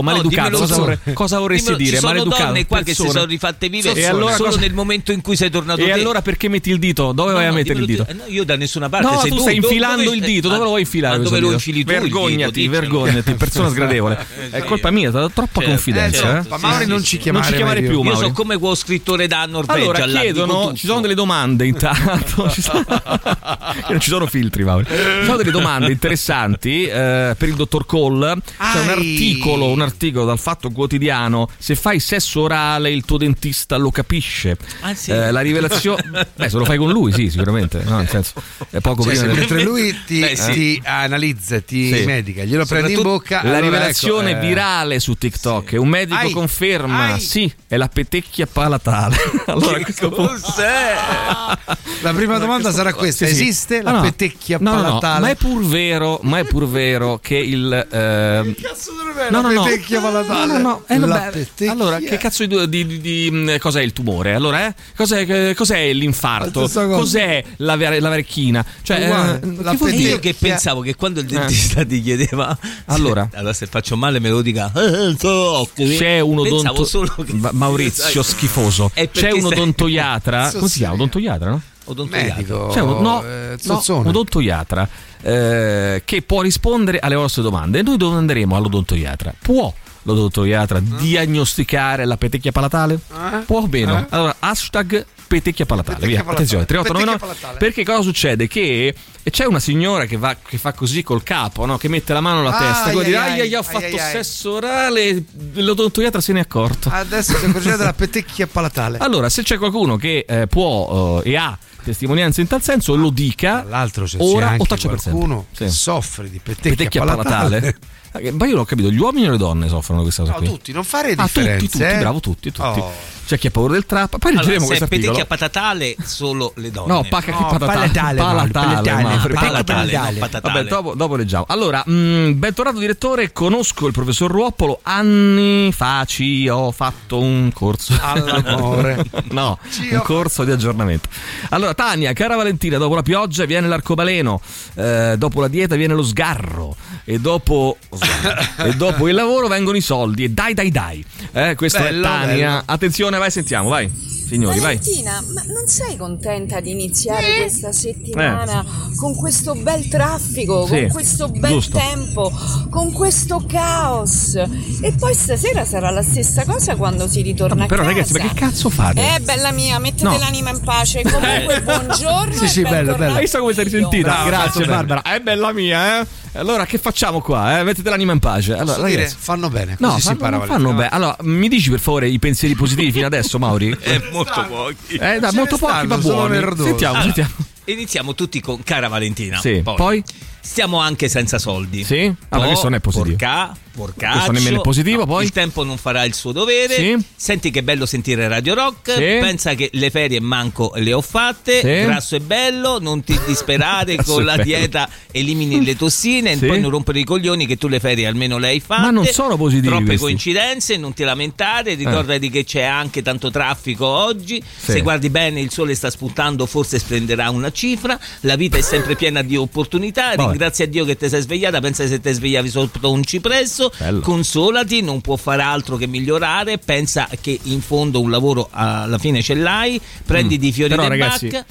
Cosa vorresti dire? Ci sono maleducato, donne qua che si sono rifatte vivere solo nel momento in cui sei tornato te. E allora perché metti il dito? Dove vai a mettere il dito? Io da nessuna parte. No, tu stai infilando il dito. Dove lo vuoi infilare? Dove lo infili tu? Vergognati, persona sgradevole. È colpa mia, troppa confidenza. Mauri, non ci chiamare più. Io sono come quello scrittore da Norvegia. Allora chiedono, ci sono delle domande intanto. Non ci sono filtri, Mauri. Ci sono delle domande interessanti per il dottor Cole. C'è un articolo dal Fatto Quotidiano. Se fai sesso orale il tuo dentista lo capisce. La rivelazione, se lo fai con lui, sì, sicuramente, no, nel senso, è poco prima mentre lui ti analizza, ti medica, glielo prendi in bocca. La rivelazione virale su TikTok, un medico conferma, sì, è la petecchia palatale. Allora, cos'è? La prima domanda sarà questa: esiste la petecchia palatale? Ma è pur vero che il cazzo dovrebbe la petecchia palatale? Allora, che cazzo di cos'è il tumore? Allora, cos'è l'infarto? Cos'è la varechina? Cioè, io che pensavo che quando il dentista ti chiedeva, allora se faccio male me lo dica, c'è un Maurizio schifoso, c'è un odontoiatra, come si chiama? Odontoiatra, no? Medico, un odontoiatra che può rispondere alle vostre domande. Noi dove andremo all'odontoiatra? Può l'odontoiatra diagnosticare la petecchia palatale? Può o meno? Allora, hashtag petecchia palatale, via. Attenzione, 3899. Perché cosa succede? Che c'è una signora che fa così col capo, no? Che mette la mano alla testa, come dire, ho fatto sesso orale, l'odontoiatra se ne è accorto. Adesso si accorge della petecchia palatale. Allora, se c'è qualcuno che può e ha testimonianze in tal senso, lo dica. Tra l'altro, se ora c'è o taccia per qualcuno che soffre di petecchia palatale. Ma io non ho capito, gli uomini o le donne soffrono di questa cosa qui? Tutti, non fare differenze. Tutti, bravo, tutti. C'è chi ha paura del trappa. Poi leggeremo questo articolo. Petecchia patatale solo le donne. No, palatale. Vabbè, dopo leggiamo. Allora, bentornato direttore, conosco il professor Ruoppolo, anni fa ci ho fatto un corso all'amore. No, un corso di aggiornamento. Allora, Tania, cara Valentina, dopo la pioggia viene l'arcobaleno, dopo la dieta viene lo sgarro e dopo il lavoro vengono i soldi e dai. Questo bello, è Tania. Bello. Attenzione, vai, sentiamo, vai. Signori, Valentina, vai. ma non sei contenta di iniziare questa settimana con questo bel traffico, con questo bel tempo, con questo caos? E poi stasera sarà la stessa cosa quando si ritorna a casa. Però ragazzi, ma che cazzo fate? Bella mia, mettete l'anima in pace. Comunque buongiorno. Sì, bello. Hai visto come sei risentita? Grazie Barbara. È bella mia, Allora che facciamo qua? Mettete l'anima in pace. Allora, ragazzi, fanno bene. Così si impara. Fanno bene. Allora, mi dici per favore i pensieri positivi fino adesso, Mauri? Molto pochi. Molto pochi, ma buoni. Sentiamo. Iniziamo tutti con cara Valentina. Sì. Poi? Stiamo anche senza soldi. Sì? Allora, questo non è positivo. Porcaccio. Questo nemmeno è positivo, poi? Il tempo non farà il suo dovere. Sì. Senti che bello sentire Radio Rock. Sì. Pensa che le ferie manco le ho fatte. Sì. Grasso e bello, non ti disperare con la dieta, elimini le tossine e poi non rompere i coglioni che tu le ferie almeno le hai fatte. Ma non sono positivi troppe questi. Coincidenze, non ti lamentare, ricordati che c'è anche tanto traffico oggi. Se guardi bene il sole sta spuntando, forse splenderà una cifra. La vita è sempre piena di opportunità. Ringrazia a Dio che ti sei svegliata, pensa se ti svegliavi sotto un cipresso. Bello. Consolati, non può fare altro che migliorare, pensa che in fondo un lavoro alla fine ce l'hai, prenditi i fiori del ragazzi, bac.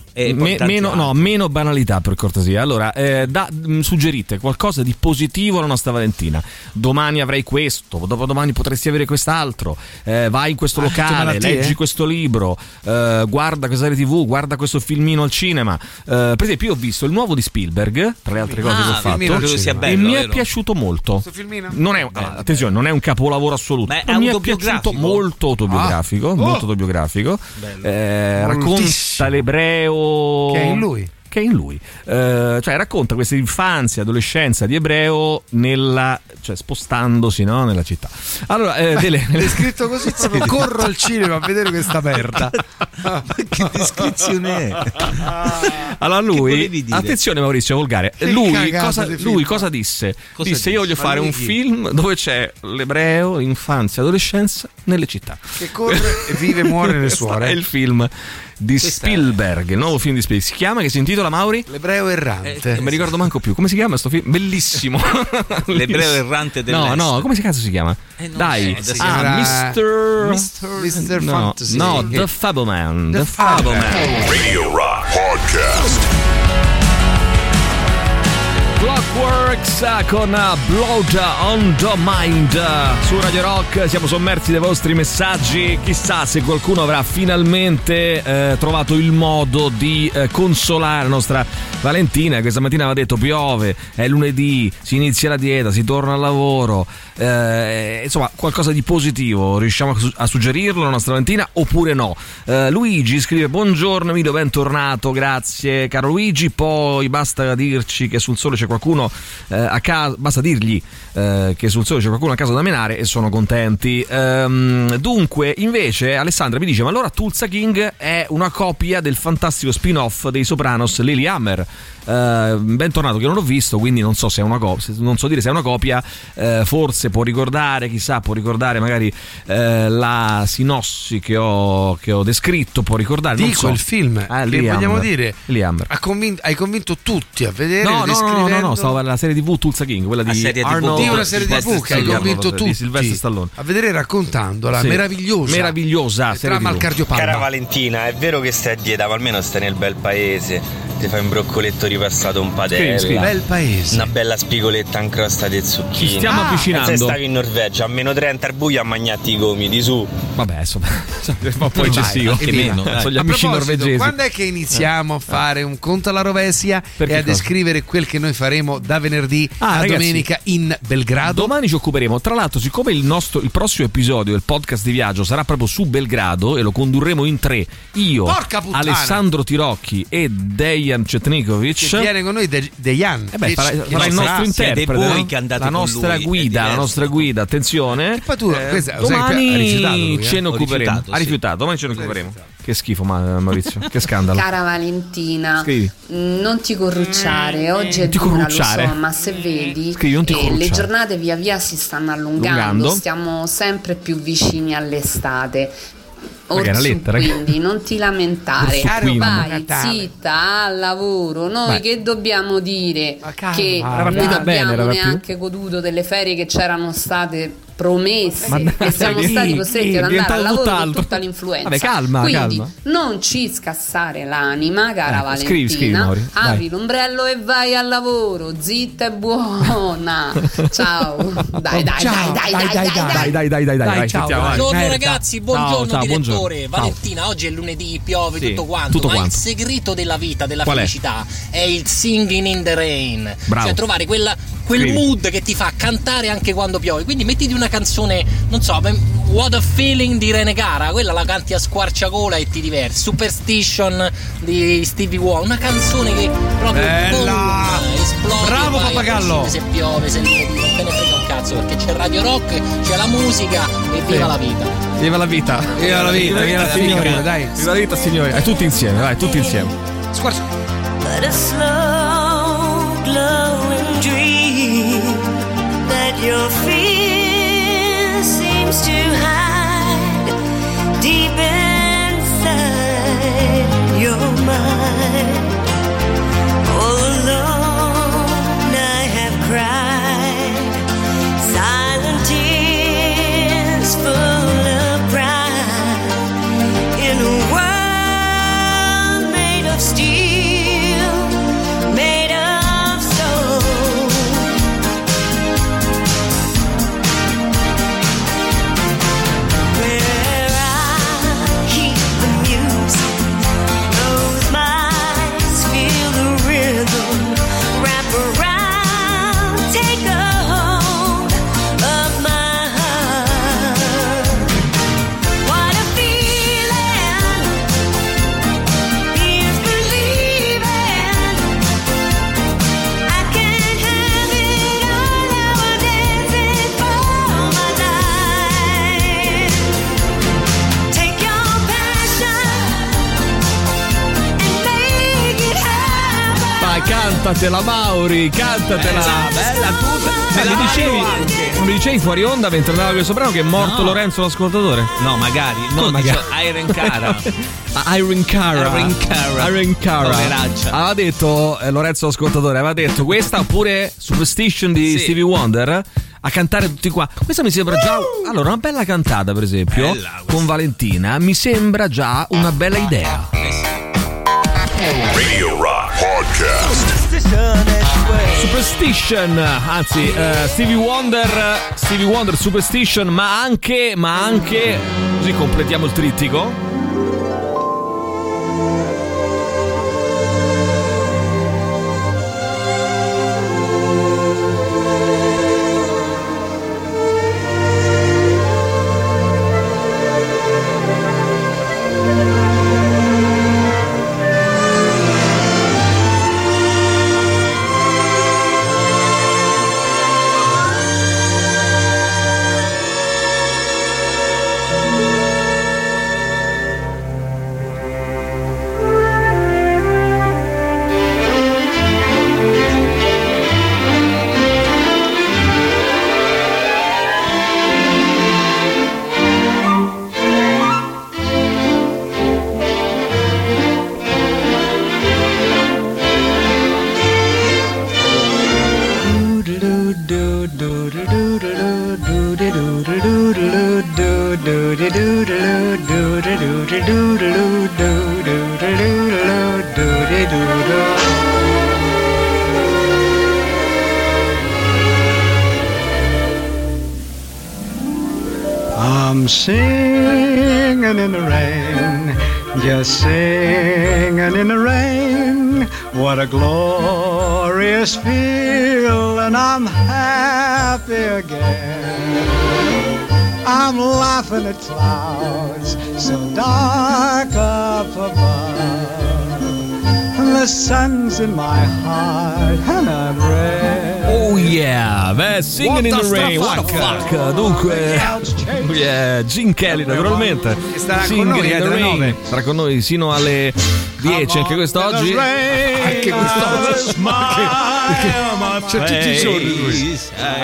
Meno banalità per cortesia. Allora, suggerite qualcosa di positivo alla nostra Valentina. Domani avrai questo, dopodomani potresti avere quest'altro, vai in questo locale, leggi questo libro, guarda questa serie TV, guarda questo filmino al cinema. Per esempio, io ho visto il nuovo di Spielberg, tra le altre cose che ho fatto, e mi è piaciuto molto. Questo filmino? Attenzione, non è un capolavoro assoluto, ma mi è piaciuto, molto autobiografico, racconta l'ebreo che è in lui. Cioè racconta questa infanzia, adolescenza di ebreo spostandosi nella città. Allora, è scritto così, proprio corro al cinema a vedere questa merda. Ma che descrizione è? Allora lui, attenzione Maurizio Volgare, lui cosa disse? Disse io voglio fare un film dove c'è l'ebreo, l'infanzia, adolescenza nelle città. Che corre e vive e muore nelle suore. È il film di Spielberg, il nuovo film di Spielberg. Si chiama, che si intitola, Mauri? L'ebreo errante. Non mi ricordo manco più. Come si chiama sto film? Bellissimo. L'ebreo errante dell'est. No, come cazzo si chiama? Dai. Mr. Fantasy. No, The Fableman. The Fableman. Radio Rock Podcast. Clockworks con Blood on the Mind su Radio Rock. Siamo sommersi dai vostri messaggi. Chissà se qualcuno avrà finalmente trovato il modo di consolare la nostra Valentina. Questa mattina aveva detto piove, è lunedì, si inizia la dieta, si torna al lavoro, insomma qualcosa di positivo. Riusciamo a suggerirlo alla nostra Valentina oppure no? Luigi scrive: buongiorno Emilio, bentornato, grazie caro Luigi. Poi basta dirci che sul sole c'è qualcuno a casa, basta dirgli che sul sole c'è qualcuno a casa da menare e sono contenti. Dunque invece Alessandra mi dice: ma allora Tulsa King è una copia del fantastico spin-off dei Sopranos Lilyhammer. Bentornato, che non l'ho visto, quindi non so se è una copia, non so dire se è una copia. Forse può ricordare, chissà, può ricordare magari la sinossi che ho descritto, può ricordare. Dico, non so. Il film che vogliamo dire hai convinto tutti a vedere. No, stavo per la serie TV Tulsa King, quella di Arnold. Di una serie TV che hai convinto tutti Silvestre Stallone a vedere, raccontandola. Meravigliosa trama al cardiopalma. Cara Valentina, è vero che stai a dieta, ma almeno stai nel bel paese. ti fai un broccoletto ripassato in padella, bel paese, una bella spigoletta in crosta di zucchine. Ci stiamo avvicinando. Se stavi in Norvegia a meno 30 al buio a magnatti i gomiti su. Vabbè, insomma, un po' eccessivo. Che meno, sono gli amici norvegesi. Quando è che iniziamo a fare un conto alla rovescia e a descrivere quel che noi faremo da venerdì a domenica in Belgrado? Domani ci occuperemo. Tra l'altro, siccome il prossimo episodio del podcast di viaggio sarà proprio su Belgrado e lo condurremo in 3, io, Alessandro Tirocchi e Dejan Cetnikovic, che viene con noi Dejan, farà il nostro interprete, voi che andate la nostra guida, attenzione. E poi tu domani ce ne occuperemo. Ha rifiutato, domani ce ne occuperemo. Che schifo, Maurizio, che scandalo. Cara Valentina, scrivi. Non ti corrucciare, oggi è dura, lo so, ma se vedi le giornate via via si stanno allungando. Stiamo sempre più vicini all'estate. Quindi non ti lamentare, vai zitta al lavoro. Noi che dobbiamo dire che non abbiamo neanche goduto delle ferie che c'erano state promesse e siamo stati costretti ad andare al lavoro con tutta l'influenza. Quindi non ci scassare l'anima, cara Valentina. Scrivi, apri l'ombrello e vai al lavoro, zitta e buona. Ciao. Dai. Buongiorno ragazzi, buongiorno direttore. Valentina, oggi è lunedì, piove tutto quanto, ma il segreto della vita, della felicità è il singing in the rain. Cioè trovare quel mood che ti fa cantare anche quando piove. Quindi mettiti una canzone, non so, What a Feeling di Rene Cara, quella la canti a squarciagola e ti diverti. Superstition di Stevie Wonder, una canzone che proprio esplode. Bravo Pappagallo. Se piove, se lunedì, non te ne frega un cazzo, perché c'è Radio Rock, c'è la musica e viva la vita. Viva la vita. Viva la vita, signori, dai. Viva la vita, signori. Tutti insieme, vai, tutti insieme. Squarcia. But a slow glowing dream that your fear seems to hide deep inside your mind. All alone I have cried silent tears full of pride in a world made of steel, made of soul. Where I keep the music, close my eyes, feel the rhythm, wrap around, take a hold of my heart. What a feeling, here's believing. I can't have it all, now I'm dancing for my life. Take your passion and make it happen. Vai, cantatela Mauri, cantatela. Bella tutta. Mi dicevi fuori onda mentre andava questo brano che è morto Lorenzo l'ascoltatore? No, magari. No, magari. Iron Cara. Iron Cara. Poveraccia. Aveva detto Lorenzo l'ascoltatore, aveva detto questa oppure Superstition di Stevie Wonder a cantare tutti qua. Questa mi sembra già allora una bella cantata, per esempio, con Valentina, mi sembra già una bella idea. Radio Rock Podcast. Superstition, anzi Stevie Wonder Superstition, ma anche così completiamo il trittico. I'm singing in the rain, just singing in the rain. What a glorious feeling, I'm happy again. I'm laughing at clouds so dark up above. The sun's in my heart and I'm ready. Oh yeah, beh, Singing in the Rain, what the fuck. Dunque, Gene Kelly naturalmente, che starà con noi alle 9. Sarà con noi sino alle 10 anche quest'oggi. Anche quest'oggi. C'è tutti i giorni lui.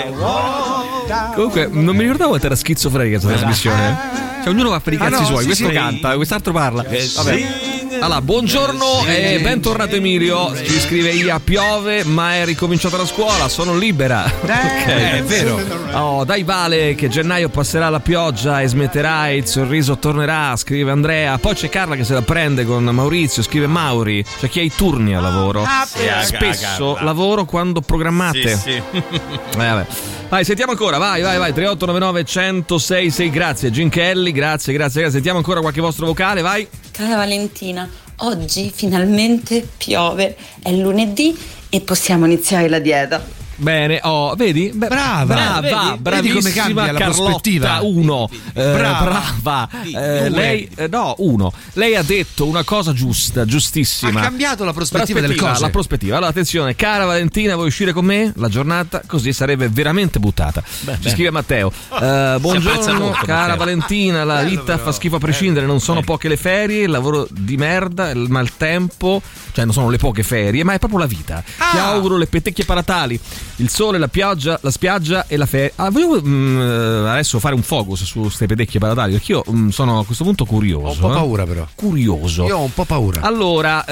Comunque non mi ricordavo quanto era schizofrenica questa trasmissione. Cioè ognuno va per i cazzi suoi, questo canta, quest'altro parla. Vabbè. Allora, buongiorno e bentornato Emilio. Ci scrive Ia, piove ma è ricominciata la scuola, sono libera. È vero. Oh, dai Vale che gennaio passerà la pioggia e smetterà, il sorriso tornerà, scrive Andrea. Poi c'è Carla che se la prende con Maurizio, scrive Mauri. C'è chi ha i turni al lavoro. Spesso lavoro quando programmate. Sì. Vabbè. Vai, sentiamo ancora, vai 3899 106 6. Grazie Gin Kelly, grazie. Sentiamo ancora qualche vostro vocale, vai. Cara Valentina, oggi finalmente piove, è lunedì e possiamo iniziare la dieta. Bene, vedi? Brava, vedi come cambia la prospettiva. Uno, brava. Lei, uno. Lei ha detto una cosa giusta, giustissima. Ha cambiato la prospettiva delle cose. La prospettiva. Allora, attenzione, cara Valentina, vuoi uscire con me? La giornata così sarebbe veramente buttata. Ci scrive Matteo. Buongiorno, cara Matteo. Valentina, la vita fa schifo a prescindere, non sono poche le ferie, il lavoro di merda, il maltempo, cioè non sono le poche ferie, ma è proprio la vita. Ti auguro le petecchie paratali. Il sole, la pioggia, la spiaggia e la feria. Volevo adesso fare un focus su queste pedecchie paratali, perché io sono a questo punto curioso. Ho un po' paura però. Curioso. Io ho un po' paura. Allora,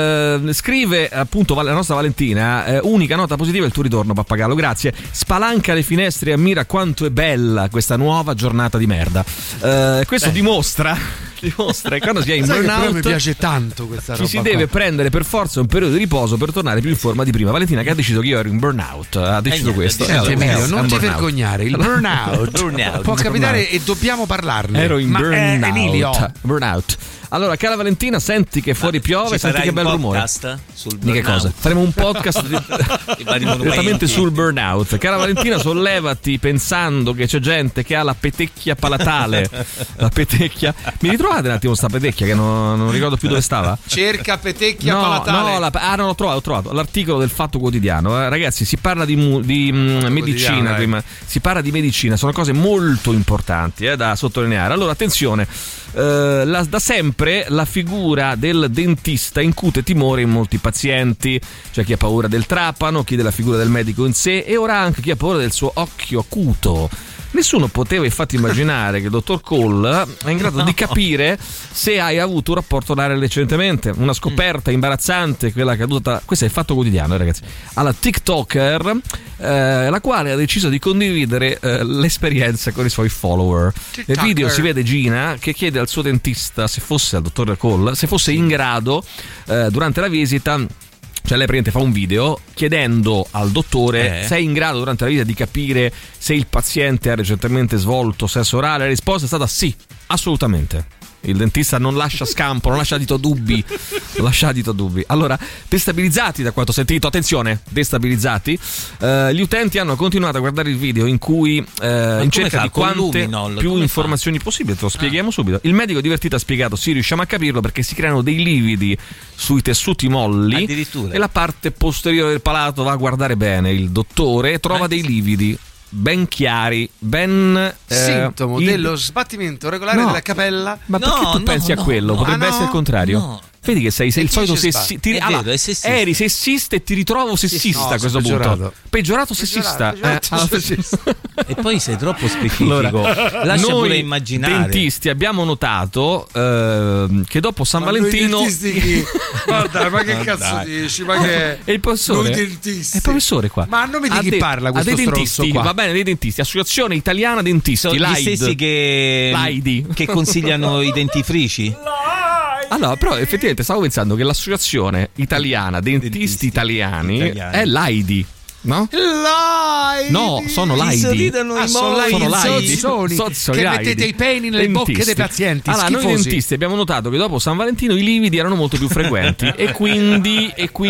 scrive appunto la nostra Valentina, unica nota positiva è il tuo ritorno, pappagallo, grazie. Spalanca le finestre e ammira quanto è bella questa nuova giornata di merda. Questo dimostra quando si è in burnout. Però mi piace tanto questa roba. Ci si deve prendere per forza un periodo di riposo per tornare più in forma di prima. Valentina che ha deciso che io ero in burnout, ha deciso questo. Senti Emilio, non ti vergognare, il burnout può capitare e dobbiamo parlarne. Ero in burnout. Emilio, burnout. Allora, cara Valentina, senti che fuori piove, senti che bel rumore. Di che cosa? Faremo un podcast direttamente sul burnout. Cara Valentina, sollevati pensando che c'è gente che ha la petecchia palatale. La petecchia. Mi ritrovate un attimo sta petecchia che non ricordo più dove stava? Cerca petecchia palatale. No, l'ho trovato. L'articolo del Fatto Quotidiano. Ragazzi, si parla di medicina prima. Si parla di medicina, sono cose molto importanti da sottolineare. Allora, attenzione. Da sempre la figura del dentista incute timore in molti pazienti. C'è chi ha paura del trapano, chi della figura del medico in sé e ora anche chi ha paura del suo occhio acuto. Nessuno poteva infatti immaginare che il dottor Cole è in grado di capire se hai avuto un rapporto anale recentemente. Una scoperta imbarazzante, quella accaduta, questo è il Fatto Quotidiano, ragazzi, alla TikToker, la quale ha deciso di condividere l'esperienza con i suoi follower. Nel video si vede Gina che chiede al suo dentista, se fosse al dottor Cole, se fosse in grado durante la visita. Cioè lei praticamente fa un video chiedendo al dottore se è in grado durante la visita di capire se il paziente ha recentemente svolto sesso orale. La risposta è stata sì, assolutamente. Il dentista non lascia scampo, non lascia adito dubbi. Allora, destabilizzati da quanto ho sentito, attenzione, destabilizzati, gli utenti hanno continuato a guardare il video in cui in cerca di quante più informazioni possibili. Te lo spieghiamo subito. Il medico divertito ha spiegato: sì, riusciamo a capirlo perché si creano dei lividi sui tessuti molli e la parte posteriore del palato va a guardare bene. Il dottore trova dei lividi ben chiari, ben sintomo dello sbattimento regolare della capella. Ma perché tu pensi a quello? Potrebbe essere il contrario. No. Vedi che sei il solito sessista. Eri sessista e ti ritrovo sessista a questo punto. Peggiorato sessista. E poi sei troppo specifico. Lascia pure immaginare. Dentisti abbiamo notato che dopo San Valentino. Guarda, ma che cazzo dici? Ma che è il professore? Noi dentisti. È il professore qua. Ma non mi di chi parla questo stronzo qua. Va bene, dei dentisti. Associazione Italiana Dentisti. Sono gli stessi che consigliano i dentifrici. Allora, però effettivamente stavo pensando che l'associazione italiana dentisti italiani è l'AIDI. No? Laidi. No, sono laidi. Sorridono i sono laidi. Che mettete i peni nelle bocche dei pazienti. Allora, noi dentisti abbiamo notato che dopo San Valentino i lividi erano molto più frequenti e quindi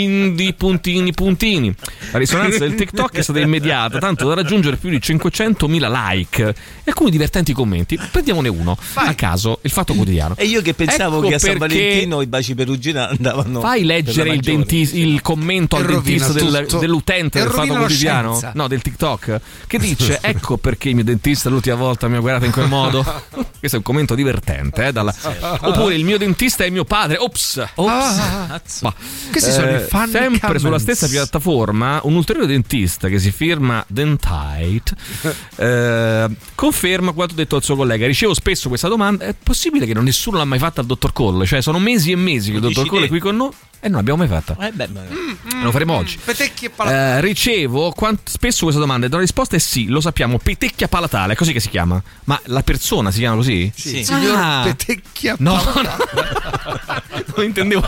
puntini. La risonanza del TikTok è stata immediata, tanto da raggiungere più di 500.000 like e alcuni divertenti commenti. Prendiamone uno a caso, il Fatto Quotidiano. E io che pensavo che a San Valentino i baci perugina andavano. Fai leggere il commento al dentista dell'utente del Fatto Quotidiano, no, del TikTok, che dice: ecco perché il mio dentista l'ultima volta mi ha guardato in quel modo. Questo è un commento divertente, oppure il mio dentista è mio padre. Ops. Questi sono i fan sempre comments. Sulla stessa piattaforma un ulteriore dentista che si firma Dentite conferma quanto detto al suo collega. Ricevo spesso questa domanda: è possibile che nessuno l'ha mai fatta al dottor Cole? Cioè sono mesi e mesi che il dottor Cole è qui con noi e non l'abbiamo mai fatta. Lo faremo oggi. Petecchie palatale. Ricevo spesso questa domanda e la risposta è sì, lo sappiamo, petecchia palatale, è così che si chiama. Ma la persona si chiama così? Sì. Signor Petecchia palatale. Non intendevo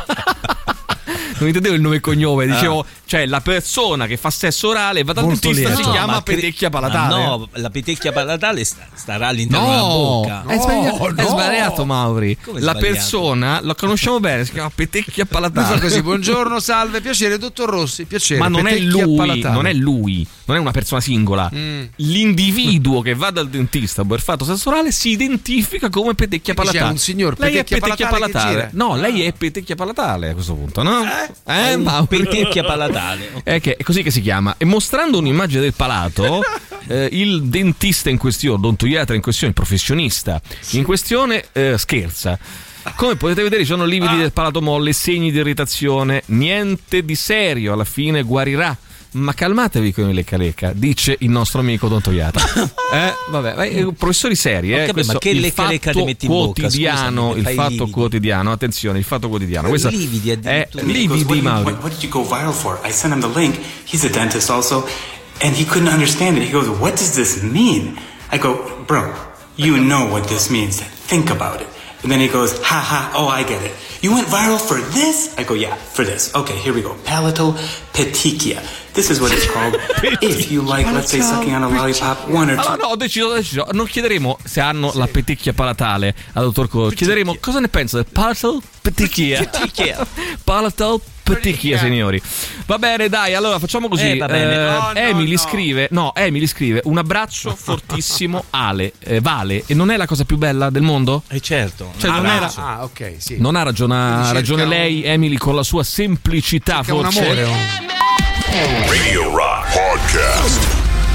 il nome e cognome, dicevo, cioè la persona che fa sesso orale va dal dentista si chiama petecchia palatale. No, la petecchia palatale starà all'interno della bocca. È sbagliato, Mauri. La persona la conosciamo bene, si chiama petecchia palatale. Così, buongiorno, salve, piacere, dottor Rossi, piacere. Ma non è lui, non è una persona singola. L'individuo che va dal dentista per fatto sesso orale si identifica come petecchia palatale. C'è un signor petecchia palatale. No, lei è petecchia palatale a questo punto, no? Petecchia palatale. È così che si chiama. E mostrando un'immagine del palato, il dentista in questione, odontoiatra in questione, il professionista in questione scherza. Come potete vedere ci sono lividi del palato molle, segni di irritazione, niente di serio, alla fine guarirà. Ma calmatevi con il lecca-lecca, dice il nostro amico odontoiatra. Professori seri, ma che lecca-lecca ti metti in bocca? Scusami, il Fatto Quotidiano, attenzione, il Fatto Quotidiano. Questo lividi addirittura. Lividi, Mauri. What did you go viral for? I sent him the link. He's a dentist also, and he couldn't understand it. He goes, "What does this mean?" I go, "Bro, you know what this means. Think about it." And then he goes, "Ha ha, oh, I get it. You went viral for this?" I go, "Yeah, for this. Okay, here we go. Palatopetechia. This is what it's called. If you like, let's say, sucking on a lollipop, one or two." No, ho deciso. Non chiederemo se hanno la petecchia palatale al dottor Cole. Chiederemo cosa ne pensa del palatopetechia. Palatopetechia, signori. Va bene, dai, allora facciamo così. Emily scrive un abbraccio fortissimo Vale, e non è la cosa più bella del mondo? Certo. Cioè, ok, sì. Non ha ragione lei, Emily, con la sua semplicità, forse. Un amore. Radio Rock Podcast.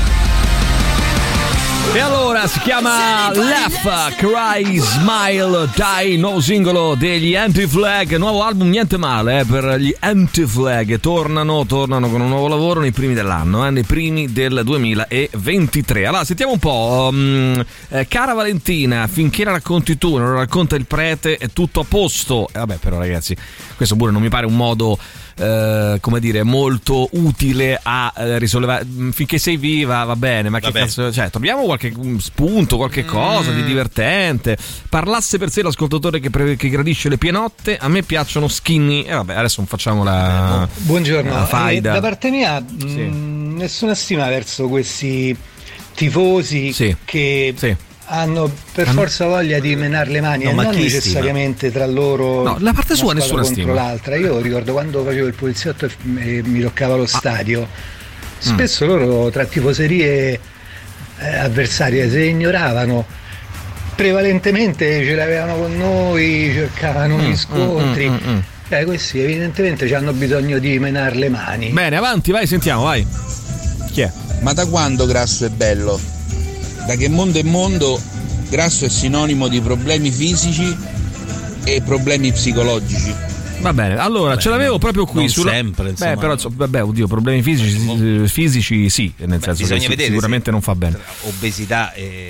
E allora si chiama Laugh, Cry, Smile, Die, nuovo singolo degli Anti-Flag, nuovo album, niente male per gli Anti-Flag, tornano con un nuovo lavoro nei primi dell'anno, nei primi del 2023. Allora sentiamo un po', cara Valentina, finché la racconti tu, non la racconta il prete, è tutto a posto. Vabbè, però ragazzi, questo pure non mi pare un modo come dire, molto utile a risollevare. Finché sei viva va bene, ma che cazzo, cioè, troviamo qualche spunto, qualche cosa di divertente. Parlasse per sé l'ascoltatore che gradisce le pienotte. A me piacciono skinny. E vabbè, adesso non facciamo la buongiorno la faida. Da parte mia nessuna stima verso questi tifosi che hanno per forza voglia di menare le mani, e non necessariamente tra loro. No, la parte sua nessuna contro stima. L'altra. Io ricordo quando facevo il poliziotto e mi toccava lo stadio, spesso loro tra tifoserie avversarie si ignoravano, prevalentemente ce l'avevano con noi, cercavano gli scontri. Questi evidentemente hanno bisogno di menare le mani. Bene, avanti, vai, sentiamo, vai. Chi è? Ma da quando grasso è bello? Da che mondo è mondo, grasso è sinonimo di problemi fisici e problemi psicologici. Va bene, allora ce l'avevo proprio qui sempre, insomma. Però problemi fisici sì, nel senso bisogna che vedere sicuramente non fa bene. Obesità e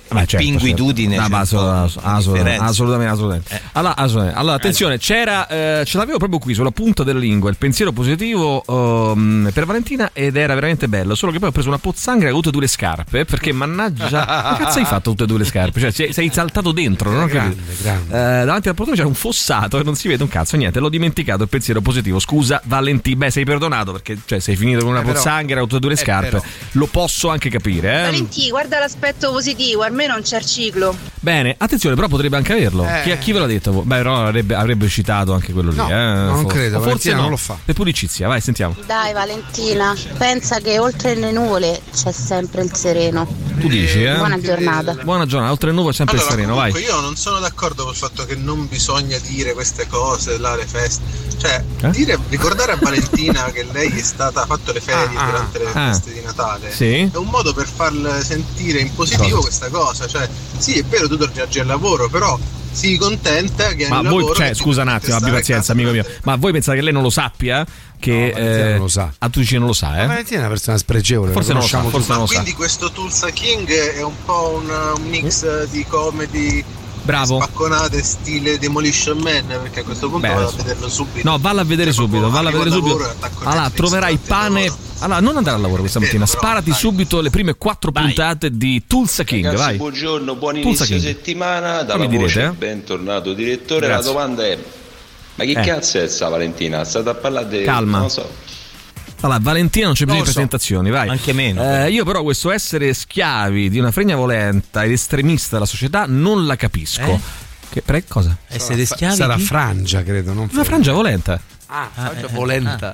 pinguitudine. Assolutamente. Allora, attenzione, c'era, ce l'avevo proprio qui sulla punta della lingua il pensiero positivo per Valentina, ed era veramente bello, solo che poi ho preso una pozzanghera con tutte e due le scarpe, perché mannaggia, che cazzo hai fatto tutte e due le scarpe? Cioè sei saltato dentro, non ho capito. Davanti al portone c'era un fossato e non si vede un cazzo, niente, l'ho dimenticato il pensiero positivo. Scusa Valentina, beh, sei perdonato perché sei finito con una pozzanghera con tutte e due le scarpe, lo posso anche capire. Valentina, guarda l'aspetto positivo, almeno non c'è il ciclo. Bene, attenzione, però potrebbe anche averlo. Chi ve l'ha detto? Beh, però avrebbe citato anche quello lì. No, non credo, forse non lo fa. Per pulizia, vai, sentiamo. Dai Valentina, pensa che oltre le nuvole c'è sempre il sereno. Tu dici, Buona giornata. Buona giornata, oltre le nuvole c'è sempre il sereno, vai. Io non sono d'accordo col fatto che non bisogna dire queste cose, le feste. Cioè, ricordare a Valentina che lei ha fatto le ferie durante le feste di Natale, è un modo per farle sentire in positivo questa cosa. Cioè, sì, è vero, tu torni oggi al lavoro, però si contenta che ma voi, scusa un attimo, abbi pazienza, amico mio, ma voi pensate che lei non lo sappia? Che non lo sa. A tu dici non lo sa, Valentina è una persona spregevole, forse non lo sa, forse non lo sa. Quindi questo Tulsa King è un po' un mix di comedy. Bravo. Spacconate stile Demolition Man, perché a questo punto vado a vederlo subito. No, valla a vedere subito. Allora, troverai pane. Allora, non andare al lavoro questa mattina, sparati subito le prime 4 puntate di Tulsa King. Ragazzi, vai. Buongiorno, buon inizio settimana. Dalla voce, bentornato direttore. Grazie. La domanda è: ma che cazzo è sta Valentina? State a parlare di. Calma. Non lo so. Allora, Valentina non c'è bisogno di presentazioni, vai. Anche meno. Io però questo essere schiavi di una fregna volenta ed estremista della società non la capisco. Cosa? Essere schiavi? Sarà frangia, credo. Non una frangia volenta. Frangia volenta.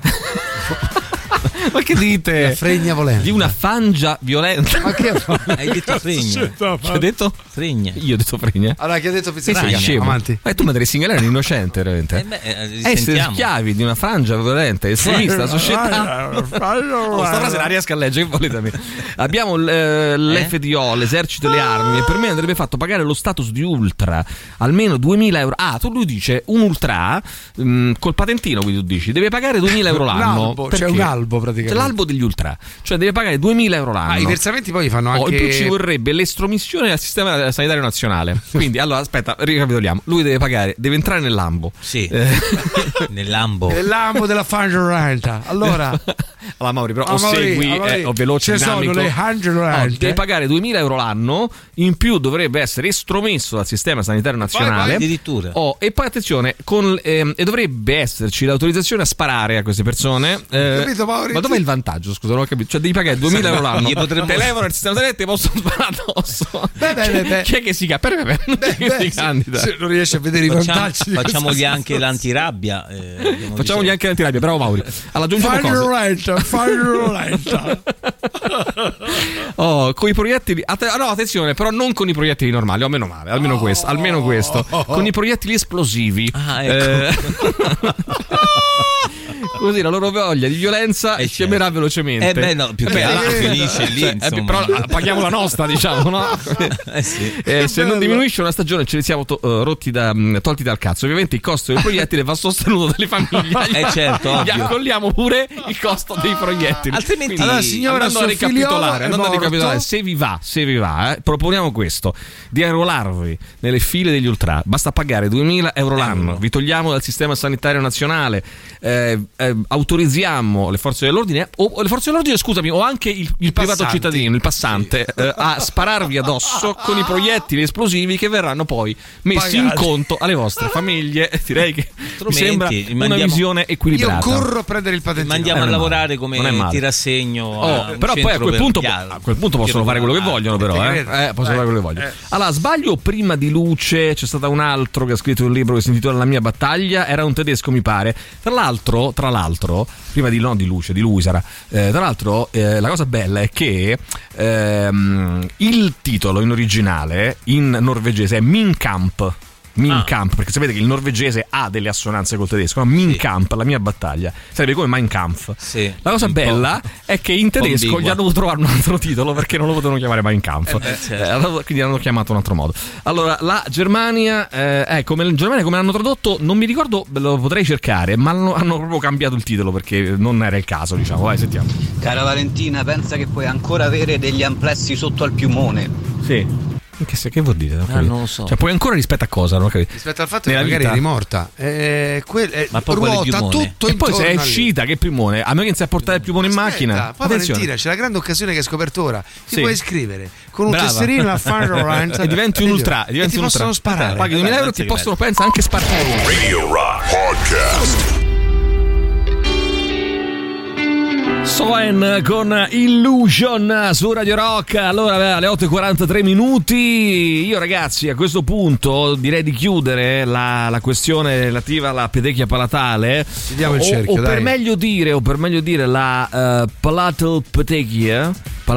Ma che dite? La fregna volenta. Di una fangia violenta. Ma che hai detto fregna? Che hai detto? Fregna. Io ho detto fregna. Allora, che hai detto sei scemo. Avanti. Tu mi devi segnalare un innocente, veramente. Essere schiavi di una frangia violenta e estremista della società. Questa frase la riesco a leggere, che volete a me. Abbiamo l'FDO, l'esercito e le armi, e per me andrebbe fatto pagare lo status di ultra almeno 2.000 euro. Lui dice un ultra col patentino, quindi tu dici deve pagare 2.000 euro l'anno. C'è un albo praticamente. C'è l'albo degli ultra, cioè deve pagare 2.000 euro l'anno. I versamenti poi fanno anche. In più ci vorrebbe l'estromissione dal sistema sanitario nazionale. Quindi, allora, aspetta, ricapitoliamo. Lui deve entrare nell'ambo. Sì. Nell'ambo della fangia. Allora, Mauri, però o segui o veloce dinamico. Deve pagare 2.000 euro l'anno. In più dovrebbe essere estromesso dal sistema sanitario nazionale. Addirittura. E poi attenzione, e dovrebbe esserci l'autorizzazione a sparare a queste persone. Capito, Mauri? Ma dov'è il vantaggio? Scusa, non ho capito. Cioè, devi pagare 2.000 euro l'anno. Telefono il sistema sanitario e ti possono sparare addosso. Chi è che si candida? Non riesci a vedere i vantaggi. Facciamogli anche l'antirabbia. Facciamogli anche l'antirabbia, bravo Mauri. Allora, aggiungiamo Faglia. Con i proiettili. No, attenzione, però non con i proiettili normali, o meno male, almeno questo. Con i proiettili esplosivi. Così la loro voglia di violenza scemerà velocemente. Più che altro finisce lì. Però paghiamo la nostra, diciamo, no? Se non diminuisce una stagione ce li siamo tolti dal cazzo. Ovviamente il costo dei proiettili va sostenuto dalle famiglie. Certo, gli accolliamo pure il costo dei proiettili. Altrimenti, allora, signora, andando a ricapitolare, se vi va, proponiamo questo: di arruolarvi nelle file degli ultra. Basta pagare 2.000 euro l'anno. Vi togliamo dal sistema sanitario nazionale. Autorizziamo le forze dell'ordine scusami, o anche il privato cittadino, il passante, a spararvi addosso con i proiettili esplosivi che verranno poi messi in conto alle vostre famiglie. Direi che mi sembra una visione equilibrata. Io corro a prendere il patentino. Mandiamo a lavorare come tirassegno. Però poi a quel punto possono fare quello che vogliono, però possono fare quello che vogliono. Allora, sbaglio, prima di Luce c'è stato un altro che ha scritto un libro che si intitola La mia battaglia, era un tedesco, mi pare. Tra l'altro, prima di Luce, di lui sarà. Tra l'altro, la cosa bella è che il titolo in originale in norvegese è Min Kamp. Perché sapete che il norvegese ha delle assonanze col tedesco, no? Min Kamp, la mia battaglia, sarebbe come Mein Kampf. La cosa bella è che in tedesco gli hanno dovuto trovare un altro titolo perché non lo potevano chiamare Mein Kampf, quindi hanno chiamato un altro modo. Allora, la Germania, come l'hanno tradotto non mi ricordo, lo potrei cercare, ma hanno proprio cambiato il titolo perché non era il caso, diciamo. Vai, sentiamo. Cara Valentina, pensa che puoi ancora avere degli amplessi sotto al piumone. Sì. Che vuol dire? Non lo so. Cioè, poi ancora rispetto a cosa? Non rispetto al fatto che magari è rimorta. Ma poi ruota tutto e poi se è intorno a uscita, che piumone? A me che inizia a portare il piumone in macchina. Poi Valentina, c'è la grande occasione che hai scoperto ora. Ti puoi iscrivere con un tesserino a Farrant e diventi un ultra. E ti possono sparare. Paghi 2.000 euro e ti possono anche sparare. Radio Rock Podcast. Soen con Illusion su Radio Rock. Allora, alle 8:43 minuti. Io, ragazzi, a questo punto direi di chiudere la questione relativa alla pedechia palatale. Chiudiamo il cerchio, per meglio dire la palatal petechia,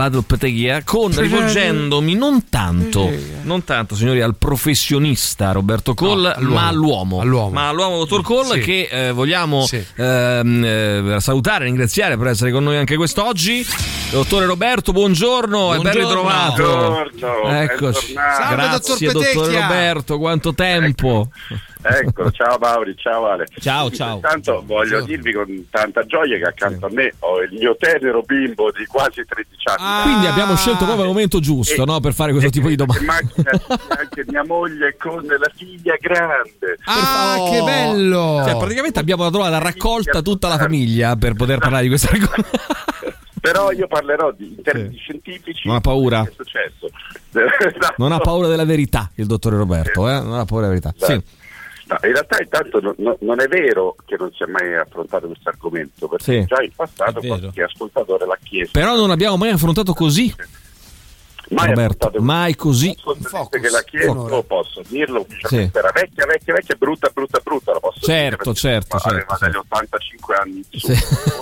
con rivolgendomi non tanto, signori, al professionista Roberto Coll, ma all'uomo dottor Coll, che vogliamo salutare e ringraziare per essere con noi anche quest'oggi. Dottore Roberto, buongiorno. E ben ritrovato. Eccoci. Grazie, dottor Roberto, quanto tempo. Ecco, ciao Mauri, ciao Ale. Ciao. Intanto voglio dirvi con tanta gioia che accanto a me ho il mio tenero bimbo di quasi 13 anni. Quindi abbiamo scelto proprio il momento giusto, no, per fare questo tipo di domande. In macchina anche mia moglie con la figlia grande. Che bello! Cioè, praticamente abbiamo trovato la raccolta tutta la famiglia per poter parlare di questa cosa. Però io parlerò in termini scientifici. Non ha paura. Che è successo. Non ha paura della verità il dottore Roberto, non ha paura della verità. Sì. No, in realtà intanto non è vero che non si è mai affrontato questo argomento, perché già in passato qualche ascoltatore l'ha chiesto. Però non abbiamo mai affrontato così. Roberto, mai così. Che l'ha chiesto, posso dirlo ufficialmente, era vecchia, brutta, la posso dire. Certo. Aveva dagli 85 anni in su.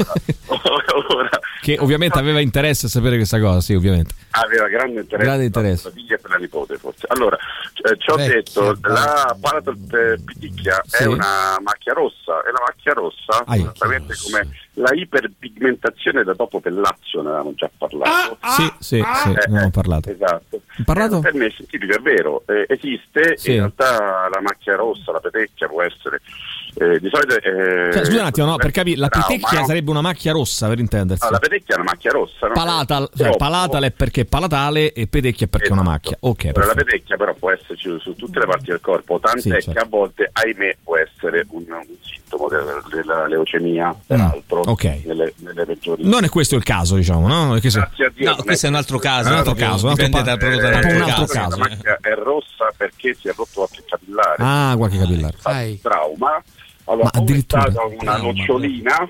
Ora. Che ovviamente aveva interesse a sapere questa cosa, sì, ovviamente. Aveva grande interesse. Per la figlia e per la nipote, forse. Allora, ci ho detto, la palatal petechia è una macchia rossa, esattamente come la iperpigmentazione da dopo pellaccio, ne avevamo già parlato. Sì, ne abbiamo parlato. Esatto. Parlato? Per me scientifico è vero, esiste, in realtà la macchia rossa, la petechia può essere di solito scusa un attimo, no, per capire, la petechia sarebbe una macchia rossa, per intendersi. No, la petechia è una macchia rossa, no? Palatal è perché è palatale e petechia è perché è una macchia. Ok. La petechia però può esserci su tutte le parti del corpo, tant'è che a volte, ahimè, può essere un sintomo della leucemia, peraltro, nelle regioni. Non è questo il caso, diciamo, no? Grazie a Dio. No, questo è un altro caso. Dipende dal prodotto. Un altro caso. La macchia è rossa perché si è rotto qualche capillare. Qualche capillare. Trauma. Allora, o è stata una nocciolina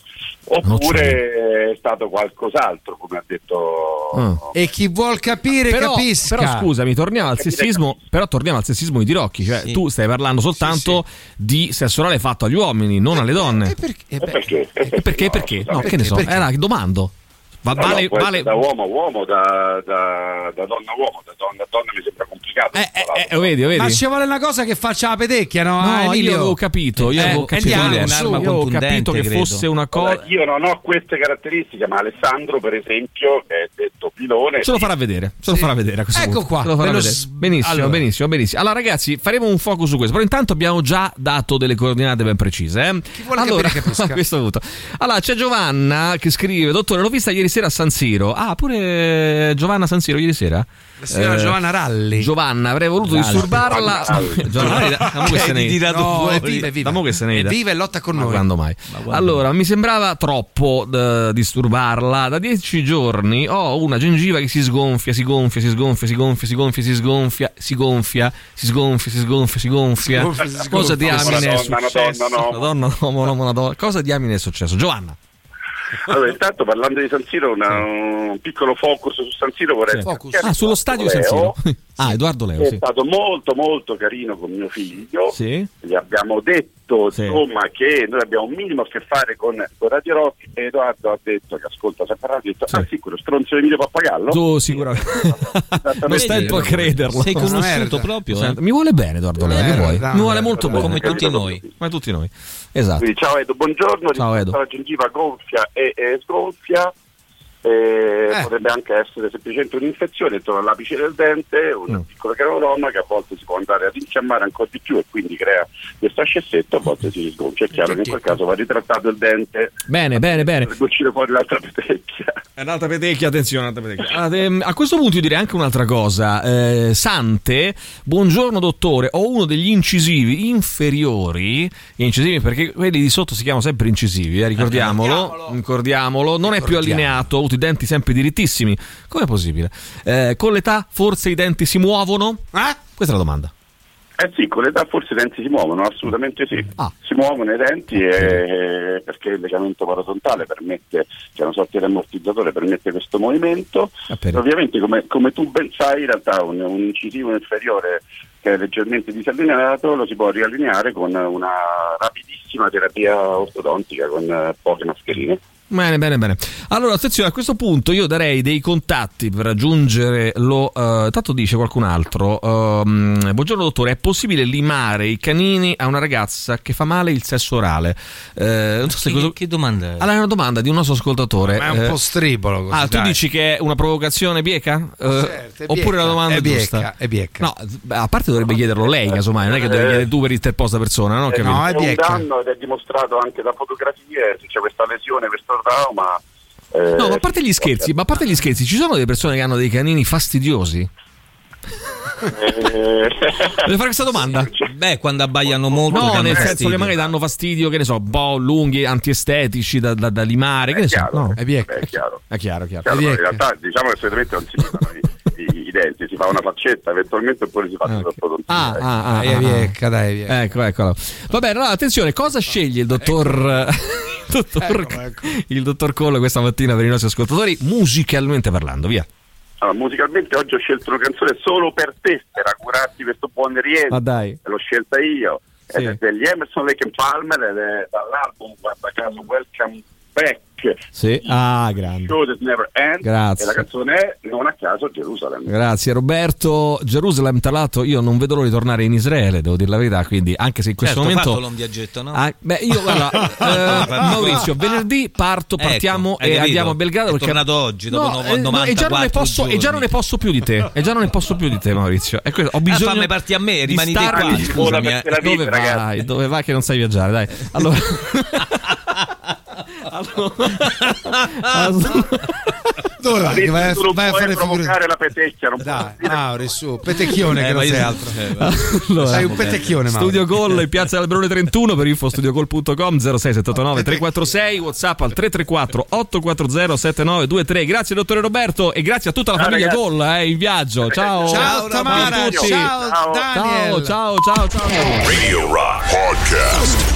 oppure è stato qualcos'altro, come ha detto. E chi vuol capire capisca. Però scusami, torniamo al sessismo di Tirocchi, cioè tu stai parlando soltanto di sesso orale fatto agli uomini, non alle donne. Perché? No, che ne so, domando. Vale da uomo a uomo, da donna a uomo, da donna a donna mi sembra complicato. Vedi. Ma ci vuole una cosa che faccia la petechia, no? Io avevo capito, che fosse una cosa. Allora, io non ho queste caratteristiche, ma Alessandro, per esempio, che è detto pilone, ce lo farà vedere. A questo ecco punto. qua. Ce lo farà vedere. Benissimo. Allora, ragazzi, faremo un focus su questo. Però intanto abbiamo già dato delle coordinate ben precise. Chi vuole capire capisca. A questo punto. Allora, c'è Giovanna che scrive: dottore, l'ho vista ieri sera a San Siro. Pure Giovanna San Siro ieri sera? La signora Giovanna Ralli. Giovanna, avrei voluto disturbarla. Giovanna, che se ne è viva e lotta con noi. Quando mai? Allora, mi sembrava troppo disturbarla. Da 10 giorni ho una gengiva che si sgonfia. Cosa diamine è successo? Madonna. Cosa diamine è successo? Giovanna. Allora, intanto parlando di San Siro, un piccolo focus su San Siro vorrei sullo stadio San Siro. Edoardo Leo è stato molto molto carino con mio figlio. Gli abbiamo detto insomma che noi abbiamo un minimo a che fare con Radio Rock e Edoardo ha detto che ascolta sempre ha detto quello stronzo di Emilio Pappagallo. Tu sicuramente non stai un po' a crederlo. Sei conosciuto proprio. Mi vuole bene Edoardo Leo, mi vuole molto bene, come tutti noi. Esatto. Quindi ciao Edo, buongiorno. Ciao Edo. La gengiva gonfia e sgonfia. Potrebbe anche essere semplicemente un'infezione intorno all'apice del dente, una piccola creoloma che a volte si può andare a rinfiammare ancora di più e quindi crea questo ascessetto, a volte si sgoncia. È chiaro che in quel caso va ritrattato il dente. Bene. Per uscire fuori l'altra petecchia. Un'altra petecchia, attenzione, a questo punto io direi anche un'altra cosa. Sante, buongiorno dottore, ho uno degli incisivi inferiori, perché quelli di sotto si chiamano sempre incisivi, ricordiamolo, non è più allineato, ho avuto i denti sempre dirittissimi. Com'è possibile? Con l'età forse i denti si muovono? Questa è la domanda. Sì, con l'età forse i denti si muovono, assolutamente sì. Si muovono i denti perché il legamento paratontale permette, che è una sorta di ammortizzatore, permette questo movimento. Ovviamente, come tu ben sai, in realtà un incisivo inferiore che è leggermente disallineato lo si può riallineare con una rapidissima terapia ortodontica con poche mascherine. Bene. Allora, attenzione, a questo punto io darei dei contatti per raggiungere tanto dice qualcun altro. Buongiorno dottore, è possibile limare i canini a una ragazza che fa male il sesso orale? Non so se che domanda è? Allora, è una domanda di un nostro ascoltatore. Ma è un po' stribolo così, tu dici che è una provocazione bieca? Certo, oppure la domanda è giusta? È bieca. No, a parte dovrebbe chiederlo lei, casomai, non è che devi chiedere tu per interposta persona, no? È un danno ed è dimostrato anche da fotografie, se c'è questa lesione, questo trauma. No, ma a parte gli scherzi, ci sono delle persone che hanno dei canini fastidiosi? Devo fare questa domanda? Beh, quando abbaiano molto. No, nel senso che magari danno fastidio, che ne so, un po' lunghi, antiestetici da limare, che ne so. No, è chiaro. È chiaro. In realtà diciamo che solitamente non si limano i denti, si fa una faccetta eventualmente oppure si fa l'ortodontia. È viecca, dai. Eccolo. Va bene, allora attenzione, cosa sceglie il dottor il dottor Collo questa mattina per i nostri ascoltatori, musicalmente parlando, via. Allora, musicalmente oggi ho scelto una canzone solo per te, per augurarti questo buon rientro. Ma dai. L'ho scelta io, è degli Emerson, Lake and Palmer, ed è dall'album, guarda caso, Welcome Back. Sì, grande. Show That Never Ends. Grazie. E la canzone è, non a caso, Gerusalemme. Grazie Roberto. Gerusalemme, tra l'altro io non vedo l'ora di tornare in Israele, devo dire la verità, quindi anche se in questo momento fatto un viaggetto, no? Io guarda, Maurizio, venerdì partiamo e andiamo a Belgrado, perché tornato oggi dopo 94 giorni. E già non ne posso più di te. Maurizio. E questo, ho bisogno fammi parti a me, rimani di qua. Scusami, dove vai che non sai viaggiare, dai. Allora dove vai? Vai a fare provocare la petecchia, non dai, Mauri, su, petecchione che non sei altro. Allora, sei un petecchione, Mauri. Studio Call in Piazza Alberone 31, per info studiocall.com 0679 346, WhatsApp al 334 840 7923. Grazie dottore Roberto e grazie a tutta la famiglia Call in viaggio. Ciao Tamara, ciao Daniel. Ciao. Radio Rock Podcast.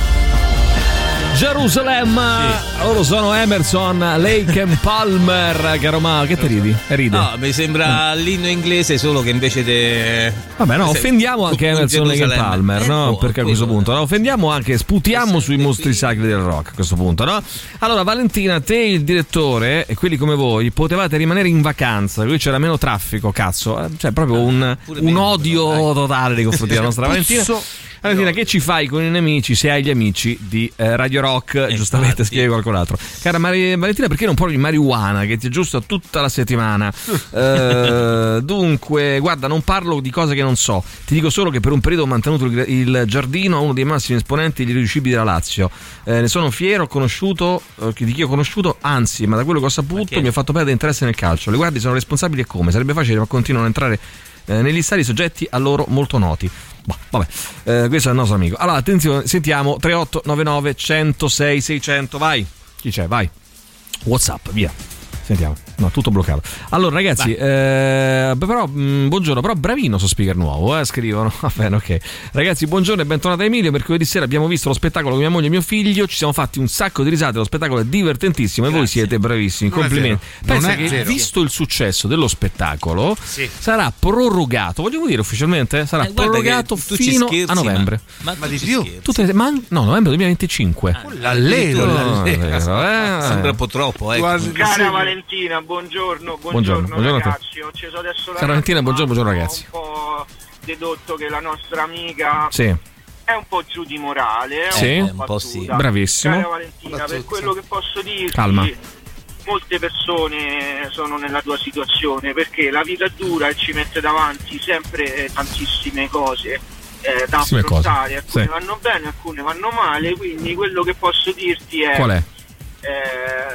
Gerusalemme, loro sono Emerson, Lake and Palmer. Caro Mauro, che te ridi? Ride? No, mi sembra l'inno inglese, solo che invece vabbè, no, offendiamo anche Emerson, Lake and Palmer, no? Perché a questo punto, no? Offendiamo anche, sputiamo sui mostri sacri del rock a questo punto, no? Allora, Valentina, te, il direttore e quelli come voi potevate rimanere in vacanza, qui c'era meno traffico, cazzo. Cioè, proprio un odio totale nei confronti della nostra Valentina. Valentina, che ci fai con i nemici se hai gli amici di Radio Rock? Giustamente scrive qualcun altro. Cara Valentina, perché non provi marijuana che ti è giusto tutta la settimana? Dunque, guarda, non parlo di cose che non so, ti dico solo che per un periodo ho mantenuto il giardino a uno dei massimi esponenti degli irriducibili della Lazio. Ne sono fiero, ho conosciuto di chi ho conosciuto, anzi, ma da quello che ho saputo mi ha fatto perdere interesse nel calcio. Le guardie sono responsabili e come? Sarebbe facile, ma continuano a entrare negli stadi soggetti a loro molto noti. Vabbè, questo è il nostro amico. Allora, attenzione, sentiamo 3899 106 600. Vai, chi c'è? Vai, WhatsApp, via. Sentiamo. No, tutto bloccato. Allora ragazzi, però buongiorno, però bravino su speaker nuovo, scrivono. Va bene, ok. Ragazzi, buongiorno e bentornato Emilio. Mercoledì sera abbiamo visto lo spettacolo con mia moglie e mio figlio, ci siamo fatti un sacco di risate, lo spettacolo è divertentissimo. Grazie. E voi siete bravissimi, complimenti. Pensa che visto il successo dello spettacolo sarà prorogato, vogliamo dire ufficialmente? Sarà prorogato fino a novembre. Ma di più? Novembre 2025. Sembra un po' troppo, Cara Valentina, buongiorno ragazzi. Ho acceso adesso la Valentina, buongiorno ragazzi. Ho un po' dedotto che la nostra amica è un po' giù di morale, un po' sì. Bravissimo. Cara Valentina, per quello che posso dirti, calma. Molte persone sono nella tua situazione perché la vita è dura e ci mette davanti sempre tantissime cose da affrontare. Alcune vanno bene, alcune vanno male, quindi quello che posso dirti è qual è?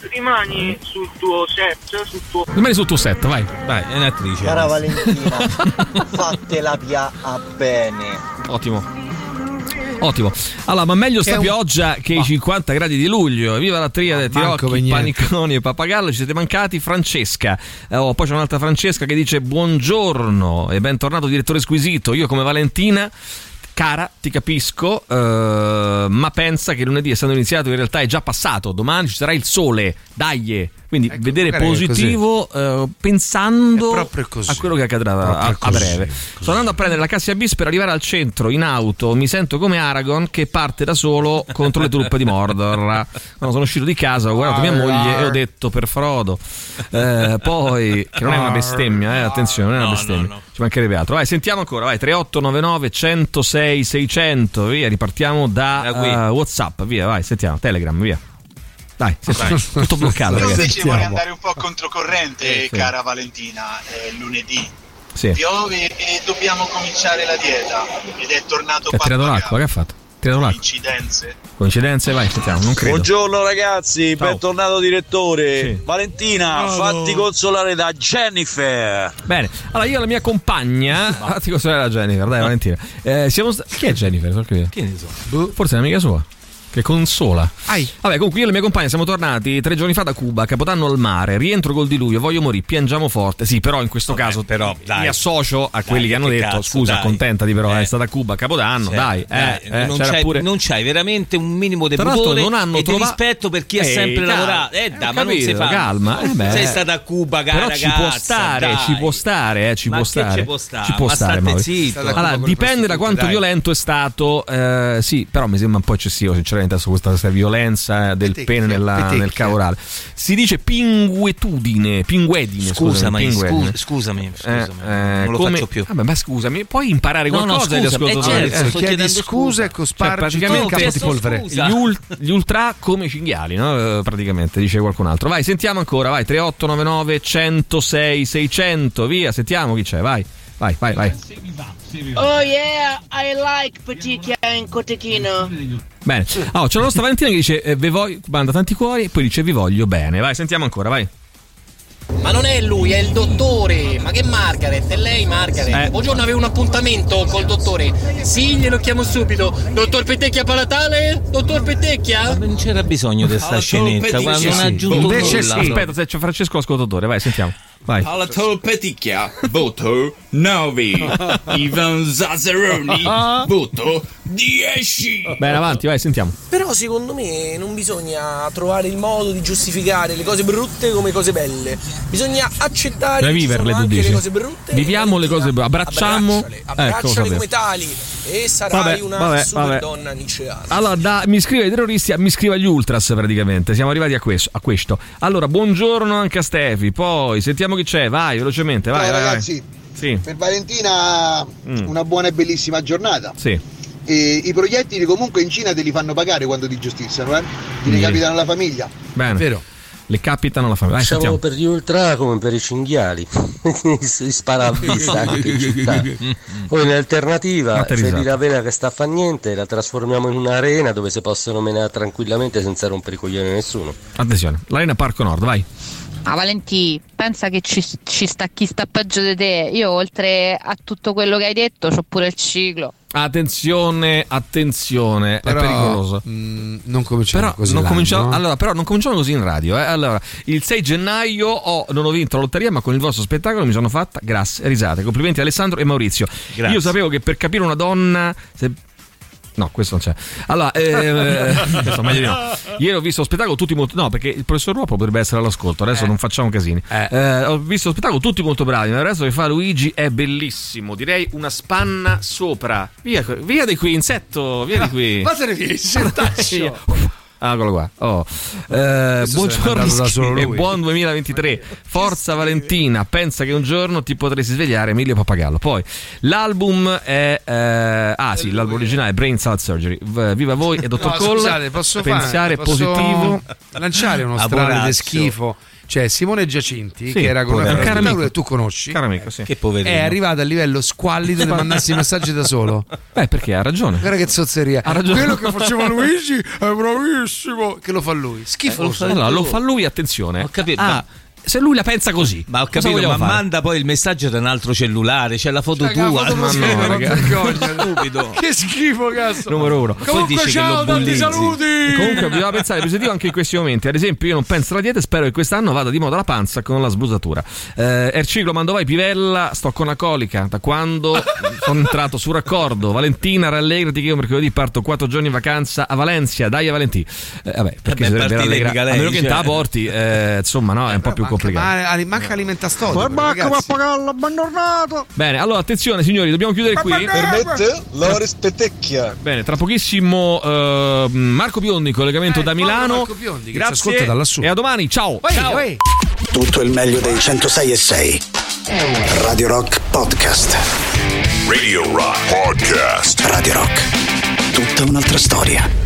rimani sul tuo set, rimani sul tuo set, vai, è un'attrice. Cara Valentina, fatela a bene. Ottimo. Allora, ma meglio sta pioggia che i 50 gradi di luglio. Viva la triade, Tirocchi, Paniconi e Pappagallo. Ci siete mancati. Francesca. Poi c'è un'altra Francesca che dice: buongiorno e bentornato direttore squisito. Io come Valentina, cara, ti capisco, ma pensa che lunedì, essendo iniziato, in realtà è già passato. Domani ci sarà il sole, dai. Quindi vedere positivo pensando a quello che accadrà a breve. Sto andando a prendere la Cassia Bis per arrivare al centro in auto. Mi sento come Aragorn che parte da solo contro le truppe di Mordor. Quando sono uscito di casa ho guardato mia moglie e ho detto: per Frodo. Poi, che non è una bestemmia, attenzione, non è una bestemmia. No. Ci mancherebbe altro. Vai, sentiamo ancora, vai, 3899 106 600. Via, ripartiamo da WhatsApp, via, vai, sentiamo, Telegram, via. Dai, tutto bloccato. Io invece vorrei andare un po' controcorrente, cara Valentina. Lunedì piove e dobbiamo cominciare la dieta ed è tornato Pappagallo. Ha tirato l'acqua, che ha fatto? Coincidenze, vai, sentiamo, non credo. Buongiorno ragazzi, ciao. Bentornato direttore. Valentina, fatti consolare da Jennifer. Bene, allora io e la mia compagna fatti consolare da Jennifer, dai Valentina. Chi è Jennifer? Che ne so? Forse è un'amica sua che consola. Vabbè, comunque io e la mia compagna siamo tornati 3 giorni fa da Cuba, Capodanno al mare, rientro col diluvio, voglio morire, piangiamo forte. Sì, però in questo caso mi associo a quelli che hanno detto: scusa, accontentati, però è stata a Cuba, Capodanno, non c'hai veramente un minimo di pudore e di rispetto per chi ha sempre lavorato. Ma non si fa. Calma, sei stata a Cuba, cara ragazza. Ci può stare. Allora, dipende da quanto violento è stato. Sì, però mi sembra un po' eccessivo, sinceramente. Adesso questa violenza del pene nel cavo orale. Si dice pinguedine. Scusami. Non lo faccio più. Vabbè, ma scusami, puoi imparare qualcosa agli ascoltatori? Chiedi scusa e cospargi il capo di polvere. Gli ultra come cinghiali, no? Praticamente, dice qualcun altro. Vai, sentiamo ancora, vai, 3899 106 600. Via, sentiamo chi c'è, vai. Oh yeah, I like Peticchia in cotechino. Bene, c'è la nostra Valentina che dice manda tanti cuori e poi dice vi voglio bene. Vai, sentiamo ancora, vai. Ma non è lui, è il dottore. Ma che Margaret? È lei Margaret? Buongiorno, avevo un appuntamento col dottore. Sì, glielo chiamo subito. Dottor Petecchia palatale? Dottor Petecchia? Ma non c'era bisogno di questa scenetta, quando non ha aggiunto invece nulla. Aspetta, se c'è Francesco ascoltatore, vai, sentiamo. Vai. Palatale Petecchia, voto 9. Ivan Zazzaroni, voto 10. Bene, avanti, vai, sentiamo. Però secondo me non bisogna trovare il modo di giustificare le cose brutte come cose belle. Bisogna accettare che viverle, anche le cose brutte. Viviamo le cose brutte, abbracciale come tali e sarai una super donna liceale. Allora, mi scrive ai terroristi, mi scrive agli ultras praticamente. Siamo arrivati a questo. Allora, buongiorno anche a Stefi. Poi sentiamo chi c'è, vai velocemente, vai. Ciao ragazzi, sì. Per Valentina una buona e bellissima giornata. Sì. E i proiettili comunque in Cina te li fanno pagare quando ti giustiziano, ti recapitano alla famiglia. Bene. Vero. Le capitano alla famiglia. Diciamo per gli ultra come per i cinghiali. Si spara a vista anche in città. Poi in alternativa, se di la vena che sta a fa niente, la trasformiamo in un'arena dove si possono menare tranquillamente senza rompere i coglioni a nessuno. Attenzione, l'arena Parco Nord, vai. Valentì, pensa che ci sta chi sta peggio di te. Io oltre a tutto quello che hai detto c'ho pure il ciclo. Attenzione, però, è pericoloso. Non cominciamo così. Però non cominciamo così in radio. Allora, il 6 gennaio non ho vinto la lotteria, ma con il vostro spettacolo mi sono fatta grasse risate. Complimenti a Alessandro e Maurizio. Grazie. Io sapevo che per capire una donna no, questo non c'è. Allora, meglio di no. Ieri ho visto lo spettacolo tutti molto. No, perché il professor Ruopo potrebbe essere all'ascolto. Adesso non facciamo casini. Ho visto lo spettacolo tutti molto bravi. Ma il resto che fa Luigi è bellissimo. Direi una spanna sopra. Via di qui, insetto. Via di qui. Vattene via, insettaccio. Eccolo qua. Buongiorno e buon 2023. Forza Valentina, pensa che un giorno ti potresti svegliare Emilio Pappagallo. Poi l'album è l'album originale è Brain Salad Surgery. Viva voi e Dottor Cole. Posso pensare positivo. Lanciare uno strano di schifo. Cioè Simone Giacinti, che era con una che tu conosci, caro amico, sì. Che poverino. È arrivato a livello squallido di mandarsi i messaggi da solo. Perché ha ragione. Guarda che zozzeria. Ha ragione. Quello che faceva Luigi è bravissimo. Che lo fa lui? Schifoso. Allora, lo fa lui, attenzione. Ho capito. Se lui la pensa così, ma ho capito, ma manda poi il messaggio da un altro cellulare, c'è la foto tua. Stupido. Che schifo, cazzo. Numero 1. Comunque, ciao, tanti saluti. Comunque bisogna pensare positivo anche in questi momenti. Ad esempio, io non penso alla dieta e spero che quest'anno vada di moda la panza con la sbusatura. Erciclo, mando vai Pivella, sto con la colica da quando sono entrato su raccordo. Valentina, rallegrati che io mercoledì parto 4 giorni in vacanza a Valencia. Dai a Valentì. Perché dovrebbe rallegrare, a meno che non te la porti, insomma, no, è un po' più complicato. Manca alimenta storia. Bene, allora attenzione signori, dobbiamo chiudere qui. Permette Loris Petecchia. Bene, tra pochissimo Marco Biondi, collegamento da Milano. Marco Biondi, che grazie, ci ascolta da lassù. E a domani, ciao. Ciao. Tutto il meglio dei 106.6 Radio Rock Podcast. Radio Rock Podcast. Radio Rock, tutta un'altra storia.